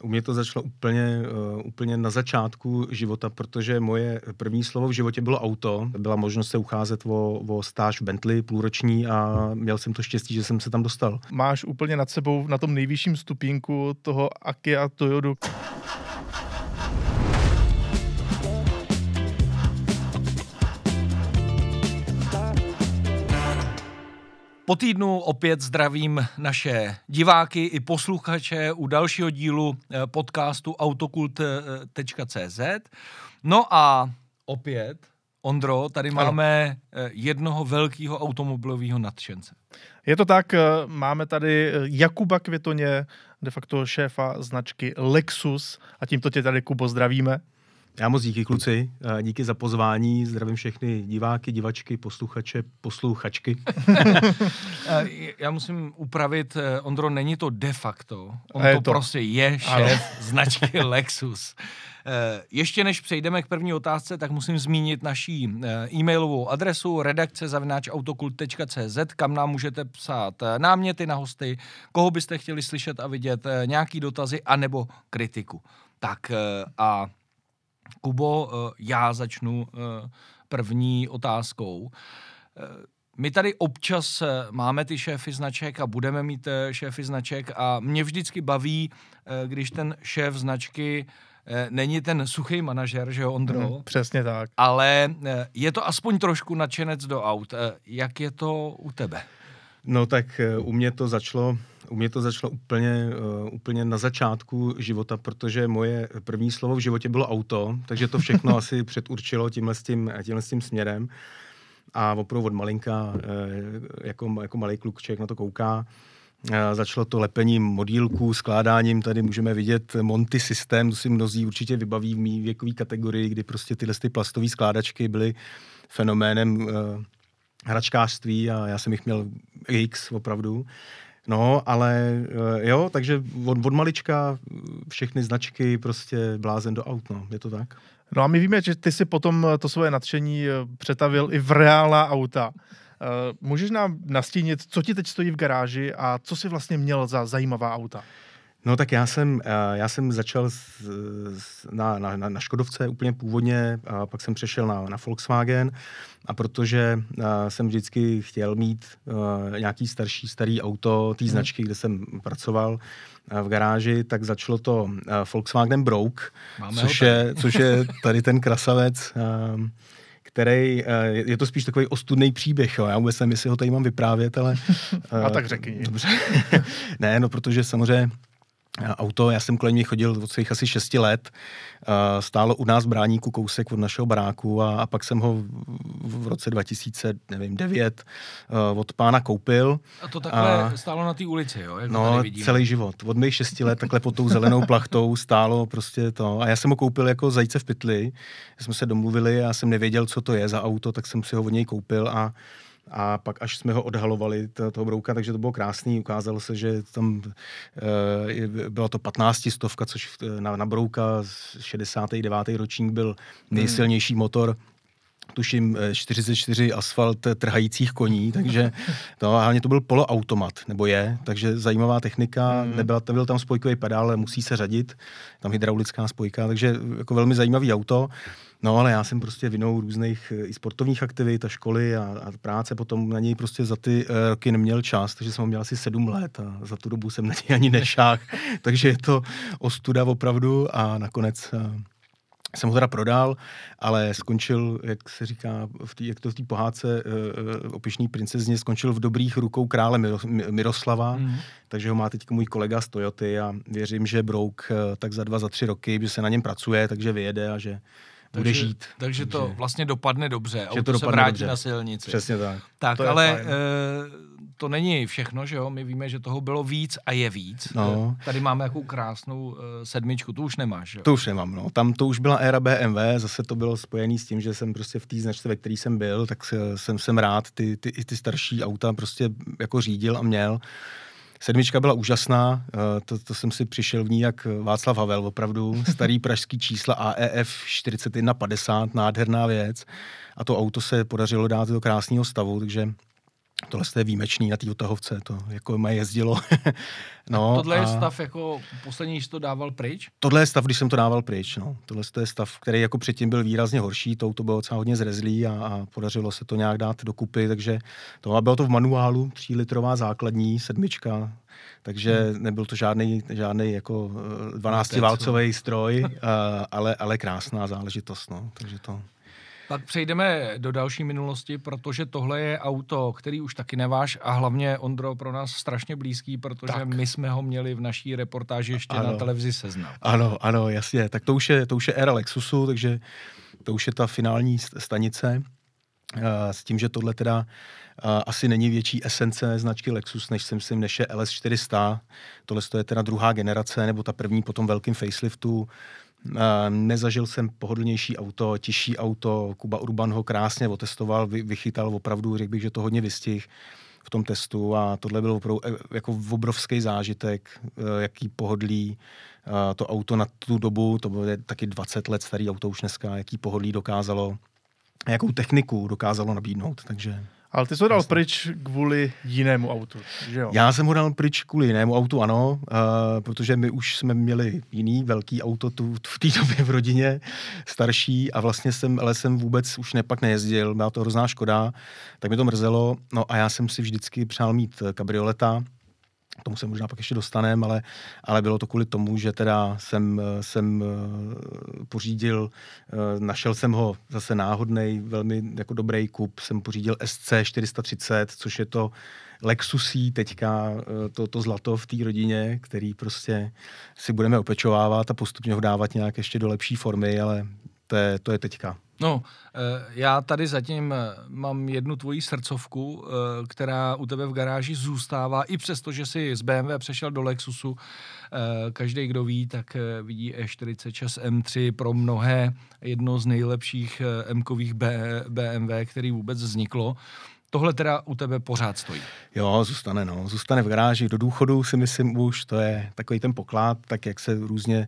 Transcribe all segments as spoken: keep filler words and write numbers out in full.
U mě to začalo úplně, uh, úplně na začátku života, protože moje první slovo v životě bylo auto. Byla možnost se ucházet o, o stáž v Bentley půlroční a měl jsem to štěstí, že jsem se tam dostal. Máš úplně nad sebou na tom nejvyšším stupínku toho Akia Toyodu. Po týdnu opět zdravím naše diváky i posluchače u dalšího dílu podcastu autokult tečka cé zet. No a opět, Ondro, tady máme ano. jednoho velkého automobilového nadšence. Je to tak, máme tady Jakuba Květoně, de facto šéfa značky Lexus, a tímto tě tady, Kubo, zdravíme. Já moc díky, kluci, díky za pozvání, zdravím všechny diváky, divačky, posluchače, posluchačky. Já musím upravit, Ondro, není to de facto, on to, to prostě je šéf ano. značky Lexus. Ještě než přejdeme k první otázce, tak musím zmínit naší e-mailovou adresu redakce zavináč autokult tečka cé zet, kam nám můžete psát náměty na hosty, koho byste chtěli slyšet a vidět, nějaký dotazy anebo kritiku. Tak a Kubo, já začnu první otázkou. My tady občas máme ty šéfy značek a budeme mít šéfy značek a mě vždycky baví, když ten šéf značky není ten suchý manažer, že jo, Ondro? Hmm, přesně tak. Ale je to aspoň trošku nadšenec do aut. Jak je to u tebe? No tak u mě to začalo, u mě to začalo úplně, uh, úplně na začátku života, protože moje první slovo v životě bylo auto, takže to všechno asi předurčilo tímhle s tím, tímhle s tím směrem. A opravdu od malinka, uh, jako, jako malý kluk člověk na to kouká. Uh, začalo to lepením modílků, skládáním, tady můžeme vidět Monty systém, to si mnozí určitě vybaví v mý věkové kategorii, kdy prostě tyhle ty plastové skládačky byly fenoménem uh, hračkářství a já jsem jich měl X opravdu. No, ale jo, takže od, od malička všechny značky prostě blázen do aut, no, je to tak? No a my víme, že ty si potom to svoje nadšení přetavil i v reálná auta. Můžeš nám nastínit, co ti teď stojí v garáži a co jsi vlastně měl za zajímavá auta? No tak já jsem, já jsem začal s, s, na, na, na Škodovce úplně původně, a pak jsem přešel na, na Volkswagen a protože a, jsem vždycky chtěl mít a, nějaký starší, starý auto té značky, hmm. kde jsem pracoval a, v garáži, tak začalo to a, Volkswagen Brouk, což je, což je tady ten krasavec, a, který, je to spíš takový ostudný příběh, jo. Já vůbec nevím, jestli ho tady mám vyprávět, ale... A tak řekni. Dobře. Ne, no protože samozřejmě auto, já jsem kolem něj chodil od svých asi šesti let, stálo u nás v Bráníku kousek od našeho baráku a, a pak jsem ho v roce dva tisíce devět od pána koupil. A to takhle a, stálo na té ulici, jo? Jak no, celý život. Od mých šesti let takhle pod tou zelenou plachtou stálo prostě to. A já jsem ho koupil jako zajíce v pytli. Jsme se domluvili, já jsem nevěděl, co to je za auto, tak jsem si ho od něj koupil a A pak až jsme ho odhalovali, to, toho Brouka, takže to bylo krásný. Ukázalo se, že tam e, byla to patnáctistovka, což na, na Brouka šedesátý devátý ročník byl nejsilnější motor. Tuším čtyřicet čtyři asfalt trhajících koní, takže to, hlavně to byl poloautomat, nebo je, takže zajímavá technika, mm. nebyla, nebyl tam spojkový pedál, ale musí se řadit, tam hydraulická spojka, takže jako velmi zajímavý auto. No ale já jsem prostě vinou různých i sportovních aktivit a školy a, a práce potom na něj prostě za ty uh, roky neměl čas, takže jsem ho měl asi sedm let a za tu dobu jsem na něj ani nešáhl, takže je to ostuda opravdu a nakonec... Uh, jsem ho teda prodal, ale skončil, jak se říká, v tý, jak to v té pohádce uh, o Pyšný princezně, skončil v dobrých rukou krále Miroslava, mm. takže ho má teď můj kolega z Toyoty a věřím, že Brouk uh, tak za dva, za tři roky, že se na něm pracuje, takže vyjede a že bude takže, žít. Takže to takže, vlastně dopadne dobře, auto to dopadne se vrátí dobře. Na silnici. Přesně tak. Tak, to ale e, to není všechno, že jo? My víme, že toho bylo víc a je víc. No. Tady máme jakou krásnou e, sedmičku, tu už nemáš, že jo? To už nemám, no. Tam to už byla éra bé em vé, zase to bylo spojené s tím, že jsem prostě v té značce, ve který jsem byl, tak jsem, jsem rád ty, ty, i ty starší auta prostě jako řídil a měl. Sedmička byla úžasná, to, to jsem si přišel v ní jak Václav Havel, opravdu. Starý pražský čísla A E F čtyřicet jedna padesát, nádherná věc. A to auto se podařilo dát do krásného stavu, takže Tohle je výjimečný na té utahovce, to jako mají jezdilo. No, tohle a... je stav, jako poslední, když to dával pryč? Tohle je stav, když jsem to dával pryč, no. Tohle je stav, který jako předtím byl výrazně horší, to auto bylo docela hodně zrezlý a, a podařilo se to nějak dát dokupy, takže to bylo to v manuálu, třílitrová základní, sedmička, takže hmm. nebyl to žádný, žádný jako dvanáctiválcový stroj, ale, ale krásná záležitost, no, takže to... Pak přejdeme do další minulosti, protože tohle je auto, který už taky neváš a hlavně, Ondro, pro nás strašně blízký, protože tak. my jsme ho měli v naší reportáži ještě ano. na televizi Seznam. Ano, ano, jasně. Tak to už je, to už je éra Lexusu, takže to už je ta finální stanice. S tím, že tohle teda asi není větší esence značky Lexus, než si myslím, než je L S čtyři sta. Tohle je teda druhá generace, nebo ta první po tom velkým faceliftu. Nezažil jsem pohodlnější auto, těžší auto, Kuba Urban ho krásně otestoval, vy, vychytal opravdu, řekl bych, že to hodně vystihl v tom testu a tohle byl opravdu jako obrovský zážitek, jaký pohodlí to auto na tu dobu, to bylo taky dvacet let starý auto už dneska, jaký pohodlí dokázalo, jakou techniku dokázalo nabídnout, takže... Ale ty jsi ho dal pryč kvůli jinému autu, že jo? Já jsem ho dal pryč kvůli jinému autu, ano, uh, protože my už jsme měli jiný velký auto tu, v té době v rodině, starší a vlastně jsem, ale jsem vůbec už nepak nejezdil, byla to hrozná škoda, tak mi to mrzelo, no a já jsem si vždycky přál mít kabrioleta, k tomu se možná pak ještě dostanem, ale, ale bylo to kvůli tomu, že teda jsem, jsem pořídil, našel jsem ho zase náhodnej, velmi jako dobrý kup, jsem pořídil S C čtyři sta třicet, což je to Lexusí teďka, to, to zlato v té rodině, který prostě si budeme opečovávat a postupně ho dávat nějak ještě do lepší formy, ale to je, to je teďka. No, já tady zatím mám jednu tvoji srdcovku, která u tebe v garáži zůstává, i přesto, že jsi z B M W přešel do Lexusu. Každý, kdo ví, tak vidí E čtyřicet šest M tři, pro mnohé jedno z nejlepších M-kových B M W, který vůbec vzniklo. Tohle teda u tebe pořád stojí. Jo, zůstane, no. Zůstane v garáži do důchodu, si myslím už, to je takový ten poklad, tak jak se různě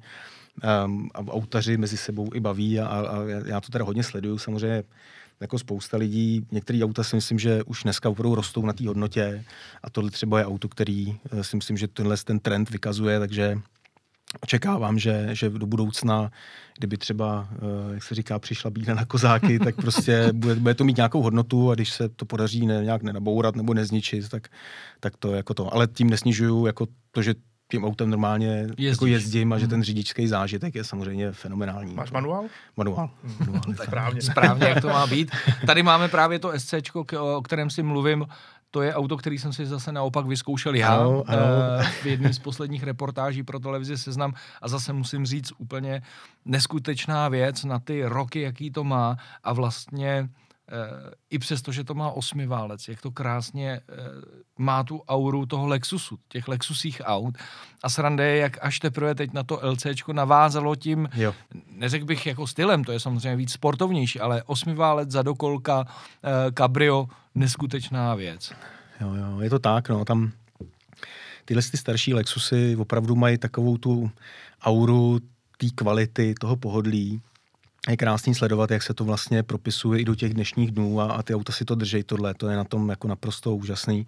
Um, a autaři mezi sebou i baví a, a já to teda hodně sleduju, samozřejmě jako spousta lidí, některé auta si myslím, že už dneska opravdu rostou na té hodnotě a tohle třeba je auto, který si myslím, že tenhle ten trend vykazuje, takže očekávám, že, že do budoucna, kdyby třeba, jak se říká, přišla bída na kozáky, tak prostě bude, bude to mít nějakou hodnotu a když se to podaří ne, nějak nenabourat nebo nezničit, tak, tak to jako to. Ale tím nesnižuju jako to, že tím autem normálně jako jezdím a že ten řidičský zážitek je samozřejmě fenomenální. Máš manuál? Manuál. manuál správně. Správně, jak to má být. Tady máme právě to SCčko, o kterém si mluvím. To je auto, který jsem si zase naopak vyzkoušel já ano, ano. v jedné z posledních reportáží pro televizi Seznam a zase musím říct úplně neskutečná věc na ty roky, jaký to má a vlastně i přesto, že to má osmiválec, jak to krásně má tu auru toho Lexusu, těch Lexusích aut. A sranda je, jak až teprve teď na to LCčko navázalo tím, jo. neřekl bych jako stylem, to je samozřejmě víc sportovnější, ale osmiválec, zadokolka, kabrio, neskutečná věc. Jo, jo, je to tak, no, tam tyhle ty starší Lexusy opravdu mají takovou tu auru té kvality, toho pohodlí. Je krásný sledovat, jak se to vlastně propisuje i do těch dnešních dnů a, a ty auta si to držej tohle, to je na tom jako naprosto úžasný.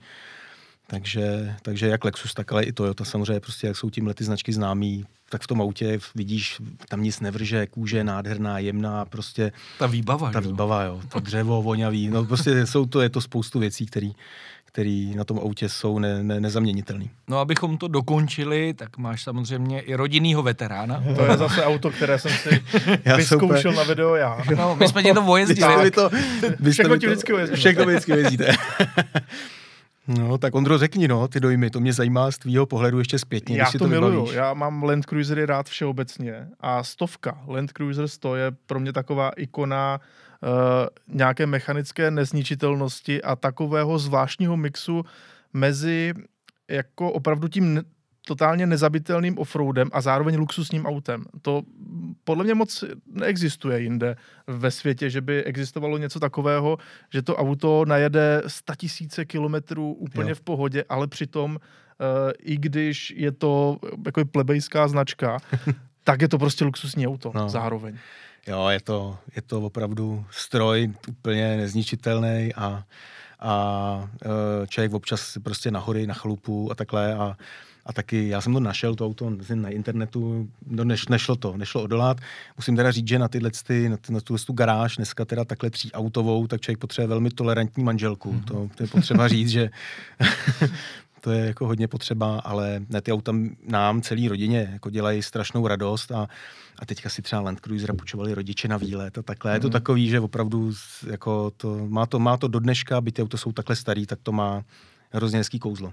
Takže, takže jak Lexus, tak ale i Toyota samozřejmě, prostě jak jsou tímhle ty značky známý, tak v tom autě vidíš, tam nic nevrže, kůže nádherná, jemná, prostě. Ta výbava, Ta jo? výbava, jo, to dřevo, voňavý, no prostě jsou to, je to spoustu věcí, který, který na tom autě jsou ne, ne, nezaměnitelný. No, abychom to dokončili, tak máš samozřejmě i rodinnýho veterána. To je zase auto, které jsem si vyzkoušel na video já. No, my jsme tě to vojezdili. To, všechno ti vždycky vojezdíte. Všechno vždycky vojezdíte. No, tak Ondro, řekni, no, ty dojmy, to mě zajímá z tvýho pohledu ještě zpětně, já když si to, to miluju, vybavíš. Já mám Land Cruisery rád všeobecně a stovka Land Cruiser sto je pro mě taková ikona uh, nějaké mechanické nezničitelnosti a takového zvláštního mixu mezi jako opravdu tím ne- totálně nezabitelným offroadem a zároveň luxusním autem. To podle mě moc neexistuje jinde ve světě, že by existovalo něco takového, že to auto najede statisíce kilometrů úplně jo. v pohodě, ale přitom, uh, i když je to jako plebejská značka, tak je to prostě luxusní auto no. zároveň. Jo, je to, je to opravdu stroj úplně nezničitelný a a uh, člověk občas prostě na hory, na chalupu a takhle a A taky, já jsem to našel, to auto na internetu, no neš, nešlo to, nešlo odolat. Musím teda říct, že na tyhle, ty, na, ty, na tu garáž, dneska teda takhle tříautovou, tak člověk potřebuje velmi tolerantní manželku. Mm-hmm. To, to je potřeba říct, že to je jako hodně potřeba, ale ne, ty auta nám, celý rodině, jako dělají strašnou radost a, a teďka si třeba Land Cruisera půjčovali rodiče na výlet a takhle. Mm-hmm. Je to takový, že opravdu jako to, má, to, má to do dneška, byť ty auto jsou takhle starý, tak to má hrozně hezký kouzlo.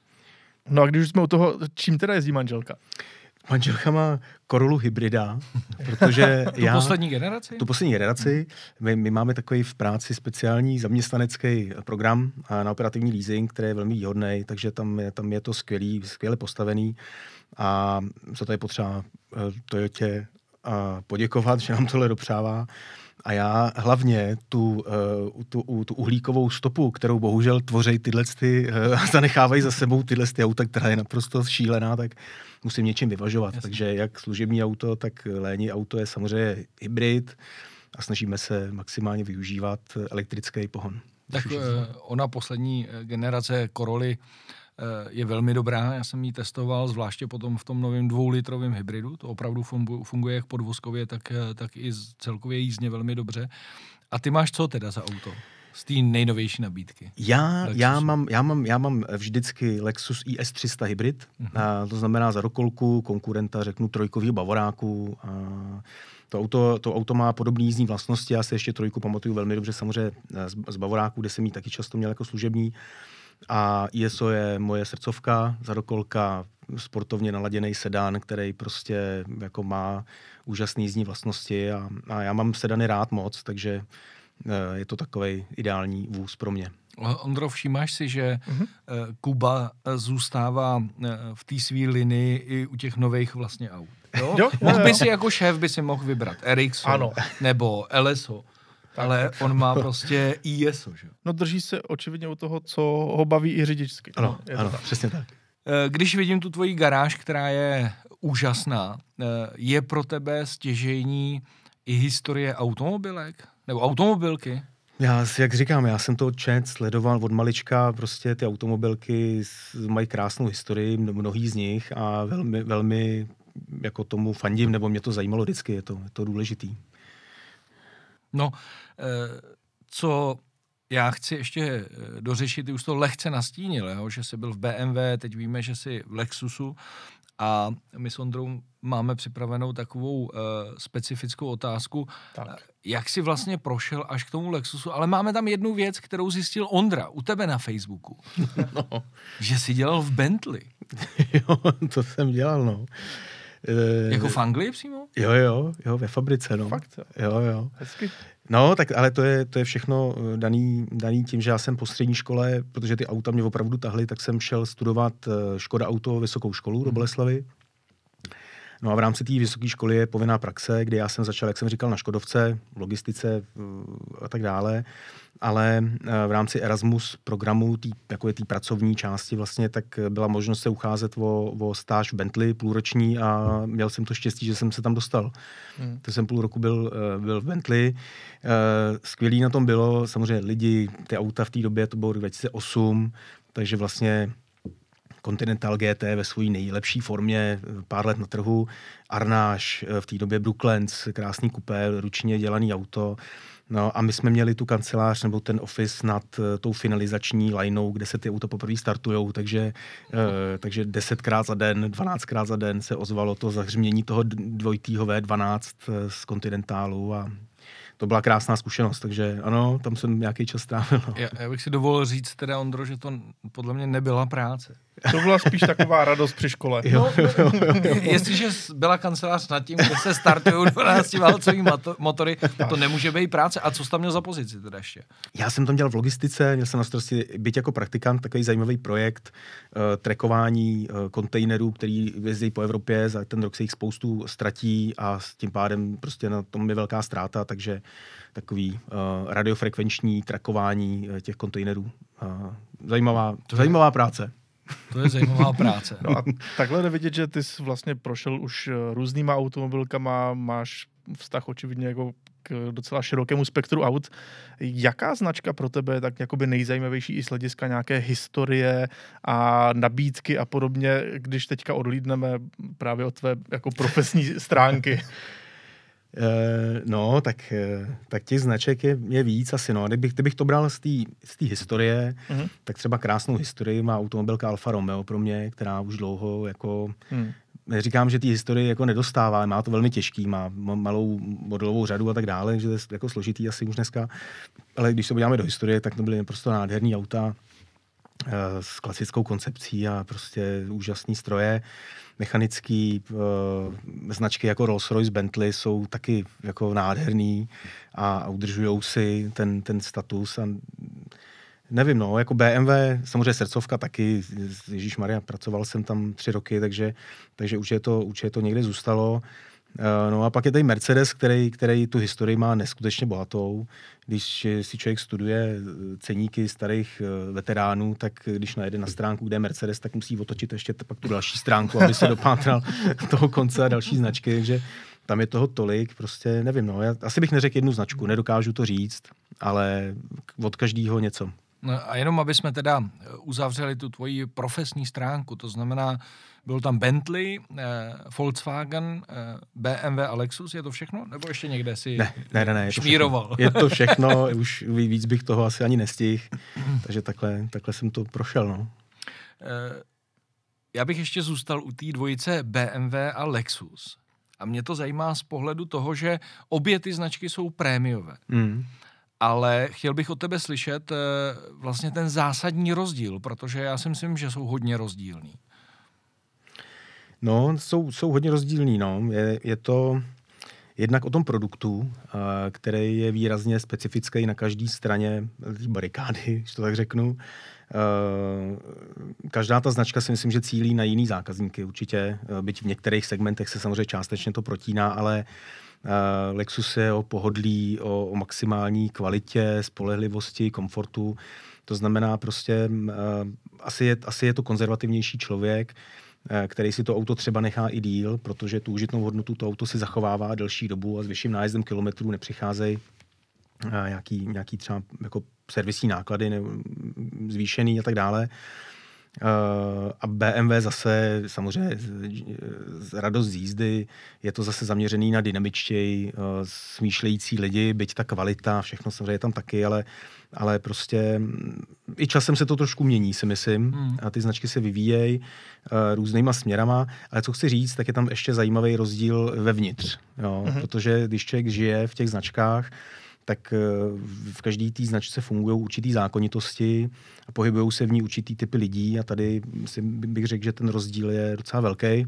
No a když už jsme u toho, čím teda jezdí manželka? Manželka má Corollu hybrida, protože tu já... poslední generaci? Tu poslední generaci. My, my máme takový v práci speciální zaměstnanecký program na operativní leasing, který je velmi výhodný, takže tam je, tam je to skvělý, skvěle postavený a za to je potřeba Toyotě poděkovat, že nám tohle dopřává. A já hlavně tu, uh, tu, tu uhlíkovou stopu, kterou bohužel tvoří tyhle ty, uh, zanechávají za sebou tyhle ty auta, která je naprosto šílená, tak musím něčím vyvažovat. Jasně. Takže jak služební auto, tak léní auto je samozřejmě hybrid a snažíme se maximálně využívat elektrický pohon. Tak uh, ona poslední generace Corolly je velmi dobrá, já jsem ji testoval, zvláště potom v tom novém dvoulitrovém hybridu, to opravdu funguje jak podvozkově, tak, tak i celkově jízdně velmi dobře. A ty máš co teda za auto z té nejnovější nabídky? Já, já, mám, já, mám, já mám vždycky Lexus I S tři sta hybrid, uh-huh. a to znamená za rokolku konkurenta, řeknu, trojkovýho Bavoráku. A to, auto, to auto má podobné jízdní vlastnosti, já se ještě trojku pamatuju velmi dobře samozřejmě z, z Bavoráku, kde jsem ji taky často měl jako služební. A I S O je moje srdcovka, zadokolka, sportovně naladěný sedán, který prostě jako má úžasný jízdní vlastnosti a, a já mám sedany rád moc, takže je to takovej ideální vůz pro mě. Ondro, všímáš si, že uh-huh. Kuba zůstává v té své linii i u těch nových vlastně aut. Jo? Jo, mohl jo, by jo. si jako šéf by si mohl vybrat Ericsson ano. nebo L S O. Ale on má prostě I S O, že? No drží se očividně u toho, co ho baví i řidičsky. Ano, je ano, tak. přesně tak. Když vidím tu tvoji garáž, která je úžasná, je pro tebe stěžejní i historie automobilek? Nebo automobilky? Já, jak říkám, já jsem to čet, sledoval od malička, prostě ty automobilky mají krásnou historii, mnohý z nich a velmi, velmi jako tomu fandím, nebo mě to zajímalo vždycky, je to, je to důležitý. No, co já chci ještě dořešit, ty už to lehce nastínil, jo? Že jsi byl v B M W, teď víme, že jsi v Lexusu a my s Ondrou máme připravenou takovou uh, specifickou otázku, Tak. jak jsi vlastně prošel až k tomu Lexusu, ale máme tam jednu věc, kterou zjistil Ondra u tebe na Facebooku, No. že jsi dělal v Bentley. Jo, to jsem dělal, no. E, Jako v Anglii přímo? Jo, jo, jo, ve fabrice, no. Fakt, jo. Jo, jo. Hezky. No, tak ale to je, to je všechno daný, daný tím, že já jsem po střední škole, protože ty auta mě opravdu tahly, tak jsem šel studovat Škoda Auto vysokou školu do Boleslavy. No a v rámci té vysoké školy je povinná praxe, kdy já jsem začal, jak jsem říkal, na Škodovce, v logistice a tak dále, ale v rámci Erasmus programu, tý, jako je té pracovní části vlastně, tak byla možnost se ucházet o, o stáž v Bentley půlroční a měl jsem to štěstí, že jsem se tam dostal. Hmm. To jsem půl roku byl, byl v Bentley. Skvělý na tom bylo, samozřejmě lidi, ty auta v té době, to bylo dva tisíce osm, takže vlastně Continental G T ve své nejlepší formě, pár let na trhu, Arnáš, v té době Brooklands, krásný kupé, ručně dělaný auto. No a my jsme měli tu kancelář nebo ten office nad tou finalizační lineou, kde se ty auta poprvé startujou, takže, eh, takže desetkrát za den, dvanáctkrát za den se ozvalo to zahřmění toho dvojitýho V dvanáct z Continentalu a to byla krásná zkušenost, takže ano, tam jsem nějaký čas strávil. No. Já, já bych si dovolil říct teda, Ondro, že to podle mě nebyla práce. To byla spíš taková radost při škole. Jo, jo, jo, jo. Jestliže byla kancelář nad tím, kde se startují dvanáctiválcový motory, to nemůže být práce. A co jsi tam měl za pozici teda ještě? Já jsem tam dělal v logistice, měl jsem na starosti byť jako praktikant, takový zajímavý projekt uh, trackování uh, kontejnerů, který jezdí po Evropě, za ten rok se jich spoustu ztratí a s tím pádem prostě na tom je velká ztráta, takže takový uh, radiofrekvenční trackování uh, těch kontejnerů. Uh, zajímavá, zajímavá práce. To je zajímavá práce. No a takhle jde vidět, že ty jsi vlastně prošel už různýma automobilkama, máš vztah očividně jako k docela širokému spektru aut. Jaká značka pro tebe je tak jakoby nejzajímavější i z hlediska nějaké historie a nabídky a podobně, když teďka odhlídneme právě od tvé jako profesní stránky? No, tak, tak těch značek je, je víc asi, no. Kdybych, kdybych to bral z té historie, mm-hmm. tak třeba krásnou historii má automobilka Alfa Romeo pro mě, která už dlouho jako... Mm. Neříkám, že ty historii jako nedostává, má to velmi těžký, má malou modelovou řadu a tak dále, že to je jako složitý asi už dneska, ale když se podíváme do historie, tak to byly naprosto nádherný auta s klasickou koncepcí a prostě úžasný stroje. Mechanický e, značky jako Rolls-Royce, Bentley jsou taky jako nádherný a udržujou si ten, ten status a nevím, no, jako bé em vé, samozřejmě srdcovka taky, ježišmarja, pracoval jsem tam tři roky, takže, takže už, je to, už je to někde zůstalo. No a pak je tady Mercedes, který, který tu historii má neskutečně bohatou. Když si člověk studuje ceníky starých veteránů, tak když najde na stránku, kde je Mercedes, tak musí otočit ještě pak tu další stránku, aby se dopátral toho konce a další značky, takže tam je toho tolik, prostě nevím, no. Já asi bych neřekl jednu značku, nedokážu to říct, ale od každého něco. No a jenom, aby jsme teda uzavřeli tu tvoji profesní stránku, to znamená, byl tam Bentley, eh, Volkswagen, eh, bé em vé a Lexus, je to všechno? Nebo ještě někde si ne, ne, ne, ne, šmíroval? Je to všechno, už víc bych toho asi ani nestihl, takže takhle, takhle jsem to prošel, no. Eh, já bych ještě zůstal u té dvojice bé em vé a Lexus. A mě to zajímá z pohledu toho, že obě ty značky jsou prémiové. Mm. Ale chtěl bych od tebe slyšet e, vlastně ten zásadní rozdíl, protože já si myslím, že jsou hodně rozdílní. No, jsou, jsou hodně rozdílní, no. Je, je to jednak o tom produktu, a, který je výrazně specifický na každé straně barikády, když to tak řeknu. Uh, každá ta značka si myslím, že cílí na jiný zákazníky určitě, byť v některých segmentech se samozřejmě částečně to protíná, ale uh, Lexus je o pohodlí, o, o maximální kvalitě, spolehlivosti, komfortu. To znamená prostě, uh, asi, je, asi je to konzervativnější člověk, uh, který si to auto třeba nechá i díl, protože tu užitnou hodnotu to auto si zachovává delší dobu a s vyšším nájezdem kilometrů nepřicházejí uh, nějaký, nějaký třeba jako servisní náklady ne, zvýšený a tak dále. Uh, a bé em vé zase samozřejmě radost z jízdy, je to zase zaměřený na dynamičtěji, uh, smýšlející lidi, byť ta kvalita, všechno samozřejmě je tam taky, ale, ale prostě i časem se to trošku mění, si myslím, hmm. a ty značky se vyvíjejí uh, různýma směrama, ale co chci říct, tak je tam ještě zajímavý rozdíl vevnitř, jo? Hmm. Protože když člověk žije v těch značkách, tak v každé té značce fungují určitý zákonitosti a pohybují se v ní určitý typy lidí a tady si bych řekl, že ten rozdíl je docela velký.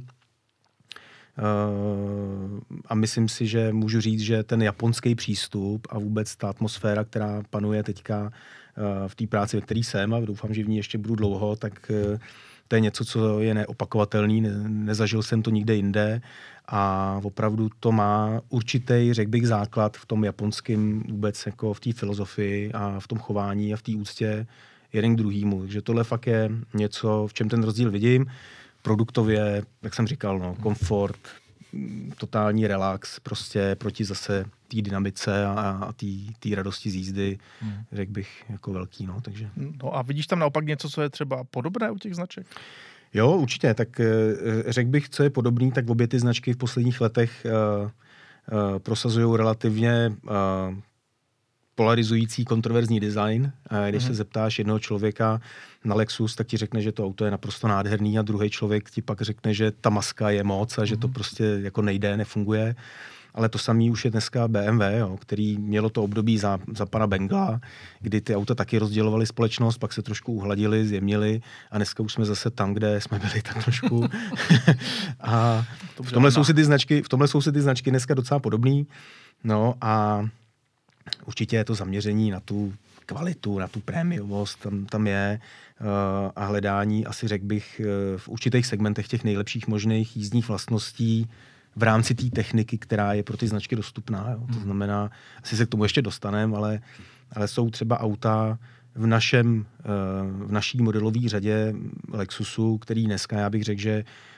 A myslím si, že můžu říct, že ten japonský přístup a vůbec ta atmosféra, která panuje teďka v té práci, ve které jsem a doufám, že v ní ještě budu dlouho, tak to je něco, co je neopakovatelný, ne, nezažil jsem to nikde jinde a opravdu to má určitý, řekl bych, základ v tom japonském vůbec jako v té filozofii a v tom chování a v té úctě jeden k druhýmu. Takže tohle fakt je něco, v čem ten rozdíl vidím. Produktově, jak jsem říkal, no, komfort, totální relax, prostě proti zase té dynamice a, a té radosti z jízdy, hmm. řekl bych, jako velký, no, takže. No a vidíš tam naopak něco, co je třeba podobné u těch značek? Jo, určitě, tak řekl bych, co je podobný, tak obě ty značky v posledních letech uh, uh, prosazují relativně uh, polarizující kontroverzní design. Když mm-hmm. se zeptáš jednoho člověka na Lexus, tak ti řekne, že to auto je naprosto nádherný a druhý člověk ti pak řekne, že ta maska je moc a mm-hmm. že to prostě jako nejde, nefunguje. Ale to samý už je dneska bé em vé, jo, který mělo to období za, za pana Bengla, kdy ty auta taky rozdělovaly společnost, pak se trošku uhladili, zjemnili a dneska už jsme zase tam, kde jsme byli tak trošku. A v tomhle, jsou si ty značky, v tomhle jsou si ty značky dneska docela podobný. No a určitě je to zaměření na tu kvalitu, na tu prémiovost, tam, tam je uh, a hledání, asi řekl bych, uh, v určitých segmentech těch nejlepších možných jízdních vlastností v rámci té techniky, která je pro ty značky dostupná. Jo. To znamená, asi se k tomu ještě dostaneme, ale, ale jsou třeba auta v našem, uh, v naší modelové řadě Lexusu, který dneska, já bych řekl, že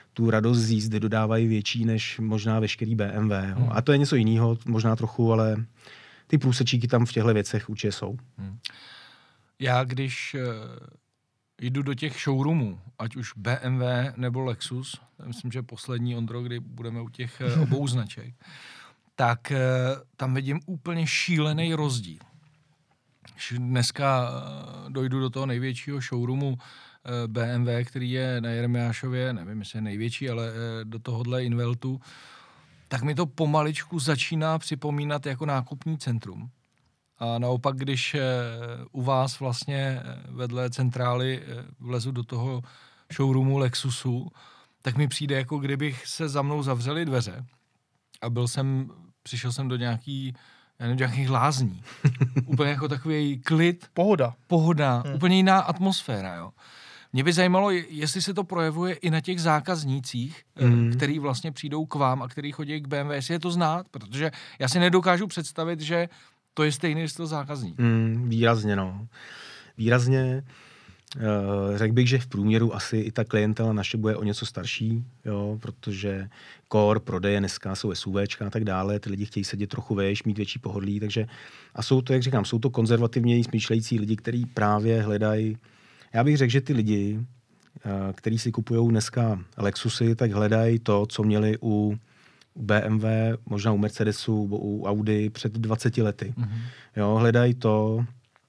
tu radost z jízdy dodávají větší než možná veškerý B M W. Jo. A to je něco jiného, možná trochu, ale ty průsečíky tam v těchto věcech určitě jsou. Hmm. Já když uh, jdu do těch showroomů, ať už B M W nebo Lexus, myslím, že poslední, Ondro, kdy budeme u těch uh, obou značek, tak uh, tam vidím úplně šílený rozdíl. Když dneska uh, dojdu do toho největšího showroomu uh, B M W, který je na Jeremiášově, nevím, jestli je největší, ale uh, do tohohle Inveltu, tak mi to pomaličku začíná připomínat jako nákupní centrum. A naopak, když uh, u vás vlastně vedle centrály uh, vlezu do toho showroomu Lexusu, tak mi přijde, jako kdybych se za mnou zavřely dveře a byl jsem, přišel jsem do nějaký já nevím, nějakých lázní. Úplně jako takový klid. Pohoda. Pohoda. Hmm. Úplně jiná atmosféra, jo. Mě by zajímalo, jestli se to projevuje i na těch zákaznících, hmm. který vlastně přijdou k vám a který chodí k B M W, jestli je to znát, protože já si nedokážu představit, že to je stejný styl zákazník. Hmm, výrazně, no. Výrazně. Uh, řekl bych, že v průměru asi i ta klientela naše bude o něco starší, jo, protože core prodeje dneska jsou SUVčka a tak dále, ty lidi chtějí sedět trochu vejš, mít větší pohodlí, takže a jsou to, jak říkám, jsou to konzervativněji smýšlející lidi, kteří právě hledají, já bych řekl, že ty lidi, uh, kteří si kupují dneska Lexusy, tak hledají to, co měli u B M W, možná u Mercedesu, u Audi před dvaceti lety. Mm-hmm. Jo, hledají to,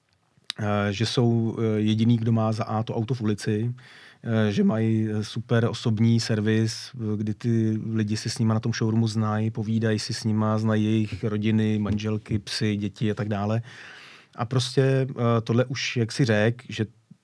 že jsou jediný, kdo má za A to auto v ulici, že mají super osobní servis, kdy ty lidi si s nima na tom showroomu znají, povídají si s nima, znají jejich rodiny, manželky, psy, děti a tak dále. A prostě tohle už, jak si řek, že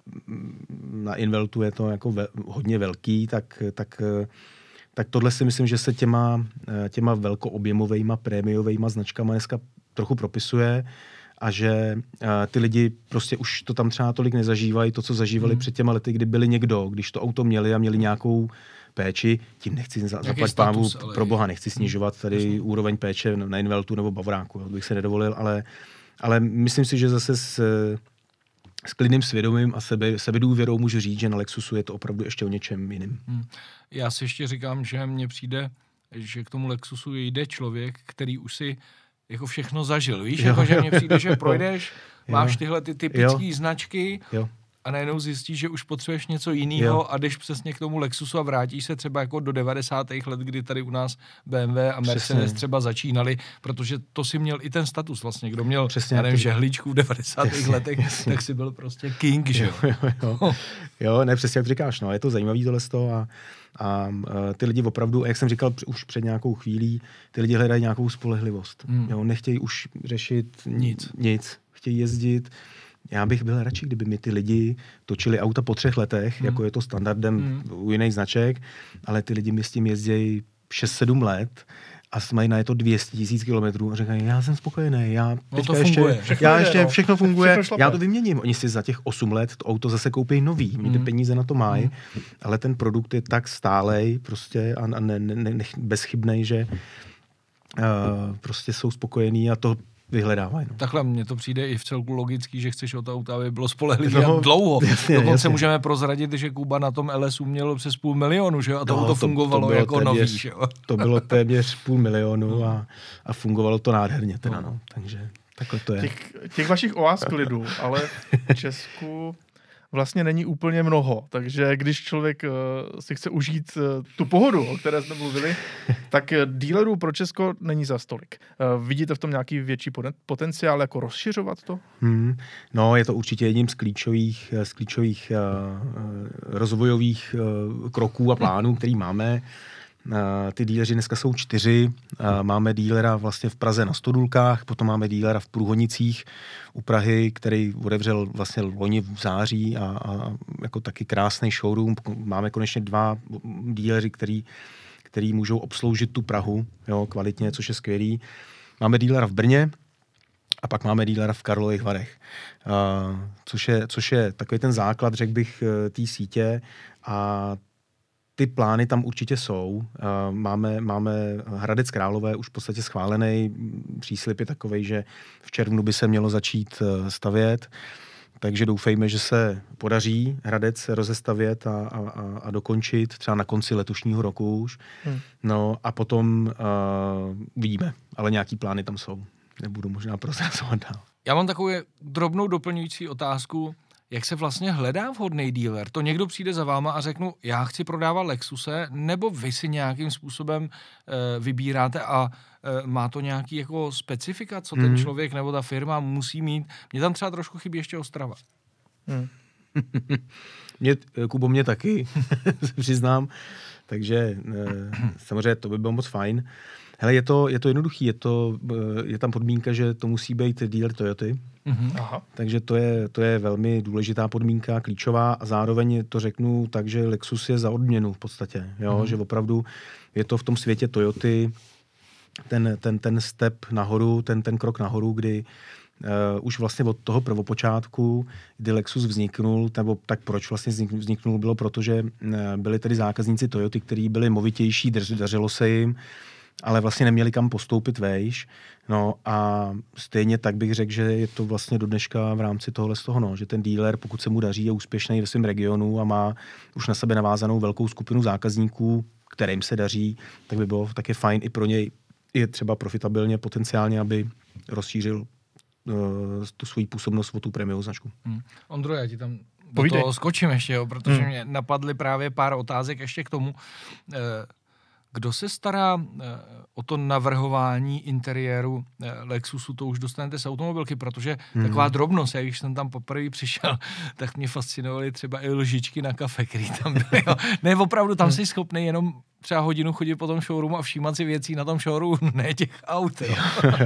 na Inveltu je to jako ve, hodně velký, tak, tak, tak tohle si myslím, že se těma, těma velkoobjemovejma, prémiovejma značkama dneska trochu propisuje, a že uh, ty lidi prostě už to tam třeba tolik nezažívají, to, co zažívali hmm. před těma lety, kdy byli někdo, když to auto měli a měli nějakou péči, tím nechci za, zaplať pánu, pro boha, nechci snižovat tady hmm. úroveň péče na Inveltu nebo Bavoráku, to bych se nedovolil, ale, ale myslím si, že zase s, s klidným svědomím a sebe, sebedůvěrou můžu říct, že na Lexusu je to opravdu ještě o něčem jiným. Hmm. Já si ještě říkám, že mně přijde, že k tomu Lexusu jde člověk, který už si jako všechno zažil, víš, jo, jako, že mně přijde, že projdeš, jo, máš tyhle ty typické značky jo. a najednou zjistíš, že už potřebuješ něco jiného a jdeš přesně k tomu Lexusu a vrátíš se třeba jako do devadesátých let, kdy tady u nás B M W a Mercedes přesně. třeba začínali, protože to si měl i ten status vlastně, kdo měl, přesně, já nevím, žehličku v devadesátých letech, jasně. tak si byl prostě king, že jo. Jo, jo, jo. jo, ne, přesně jak říkáš, no, je to zajímavý tohle z toho a A uh, ty lidi opravdu, jak jsem říkal už před nějakou chvílí, ty lidi hledají nějakou spolehlivost. Hmm. Jo, nechtějí už řešit nic. nic. Chtějí jezdit. Já bych byl radši, kdyby mi ty lidi točili auta po třech letech, hmm. jako je to standardem hmm. u jiných značek, ale ty lidi mi s tím jezdí šest sedm let a mají na je to dvě stě tisíc kilometrů a říkají, já jsem spokojený, já no to funguje. ještě, všechno já ještě no. všechno funguje, všechno já to vyměním. Oni si za těch osm let to auto zase koupí nový, oni ty peníze na to mají, mm. ale ten produkt je tak stálej prostě a ne, ne, ne, bezchybnej, že uh, prostě jsou spokojení a to vyhledávají. No. Takhle mně to přijde i v celku logický, že chceš o to auto, aby bylo spolehlivé no, dlouho. Jasně, Dokonce jasně. můžeme prozradit, že Kuba na tom L S U měl přes půl milionu, že jo? A to, no, to fungovalo to jako téměř, nový, že jo? To bylo téměř půl milionu a, a fungovalo to nádherně teda, no. Takže takhle to je. Těch, těch vašich oáz klidu, ale v Česku vlastně není úplně mnoho, takže když člověk uh, si chce užít uh, tu pohodu, o které jsme mluvili, tak dealerů pro Česko není za stolik. Uh, vidíte v tom nějaký větší potenciál, jako rozšiřovat to? Hmm. No, je to určitě jedním z klíčových, z klíčových uh, rozvojových uh, kroků a plánů, který máme. Uh, ty díleři dneska jsou čtyři. Uh, máme dílera vlastně v Praze na Stodulkách, potom máme dílera v Průhonicích u Prahy, který otevřel vlastně loni v září a, a jako taky krásný showroom. Máme konečně dva díleři, který, který můžou obsloužit tu Prahu, jo, kvalitně, což je skvělý. Máme dílera v Brně a pak máme dílera v Karlových Varech, uh, což je, což je takový ten základ, řekl bych, té sítě a ty plány tam určitě jsou. Máme, máme Hradec Králové už v podstatě schválený. Příslib je takovej, že v červnu by se mělo začít stavět. takže doufejme, že se podaří Hradec rozestavět a, a, a dokončit třeba na konci letošního roku už. Hmm. No a potom uh, vidíme, ale nějaký plány tam jsou. Nebudu možná prozrazovat dál. Já mám takovou drobnou doplňující otázku. Jak se vlastně hledá vhodný dealer? To někdo přijde za váma a řeknu, já chci prodávat Lexuse, nebo vy si nějakým způsobem e, vybíráte a e, má to nějaký jako specifika, co ten mm. člověk nebo ta firma musí mít? Mně tam třeba trošku chybí ještě Ostrava. Mm. mě, Kubo, mě taky, se přiznám. Takže e, samozřejmě to by bylo moc fajn. Hele, je to, je to jednoduchý, je, to, je tam podmínka, že to musí být dealer Toyoty. Mm-hmm. Aha. Takže to je, to je velmi důležitá podmínka, klíčová a zároveň to řeknu tak, že Lexus je za odměnu v podstatě, jo? Mm-hmm. Že opravdu je to v tom světě Toyoty ten, ten, ten step nahoru, ten, ten krok nahoru, kdy uh, už vlastně od toho prvopočátku, kdy Lexus vzniknul, nebo tak proč vlastně vzniknul, bylo proto, že uh, byli tedy zákazníci Toyoty, kteří byli movitější, dařilo se jim, ale vlastně neměli kam postoupit vejš. No a stejně tak bych řekl, že je to vlastně do dneška v rámci tohle z toho, no, že ten dealer, pokud se mu daří, je úspěšný ve svém regionu a má už na sebe navázanou velkou skupinu zákazníků, kterým se daří, tak by bylo taky fajn i pro něj, je třeba profitabilně, potenciálně, aby rozšířil uh, tu svoji působnost o tu prémiovou značku. Hmm. Ondro, já ti tam do toho skočím ještě, jo, protože hmm. mě napadly právě pár otázek ještě k tomu. Uh, Kdo se stará eh, o to navrhování interiéru eh, Lexusu, to už dostanete z automobilky, protože mm. taková drobnost, jak když jsem tam poprvé přišel, tak mě fascinovaly třeba i lžičky na kafe, který tam byly. Ne, opravdu tam jsi schopný jenom třeba hodinu chodit po tom showroomu a všímat si věcí na tom showroomu, ne těch aut. Jo.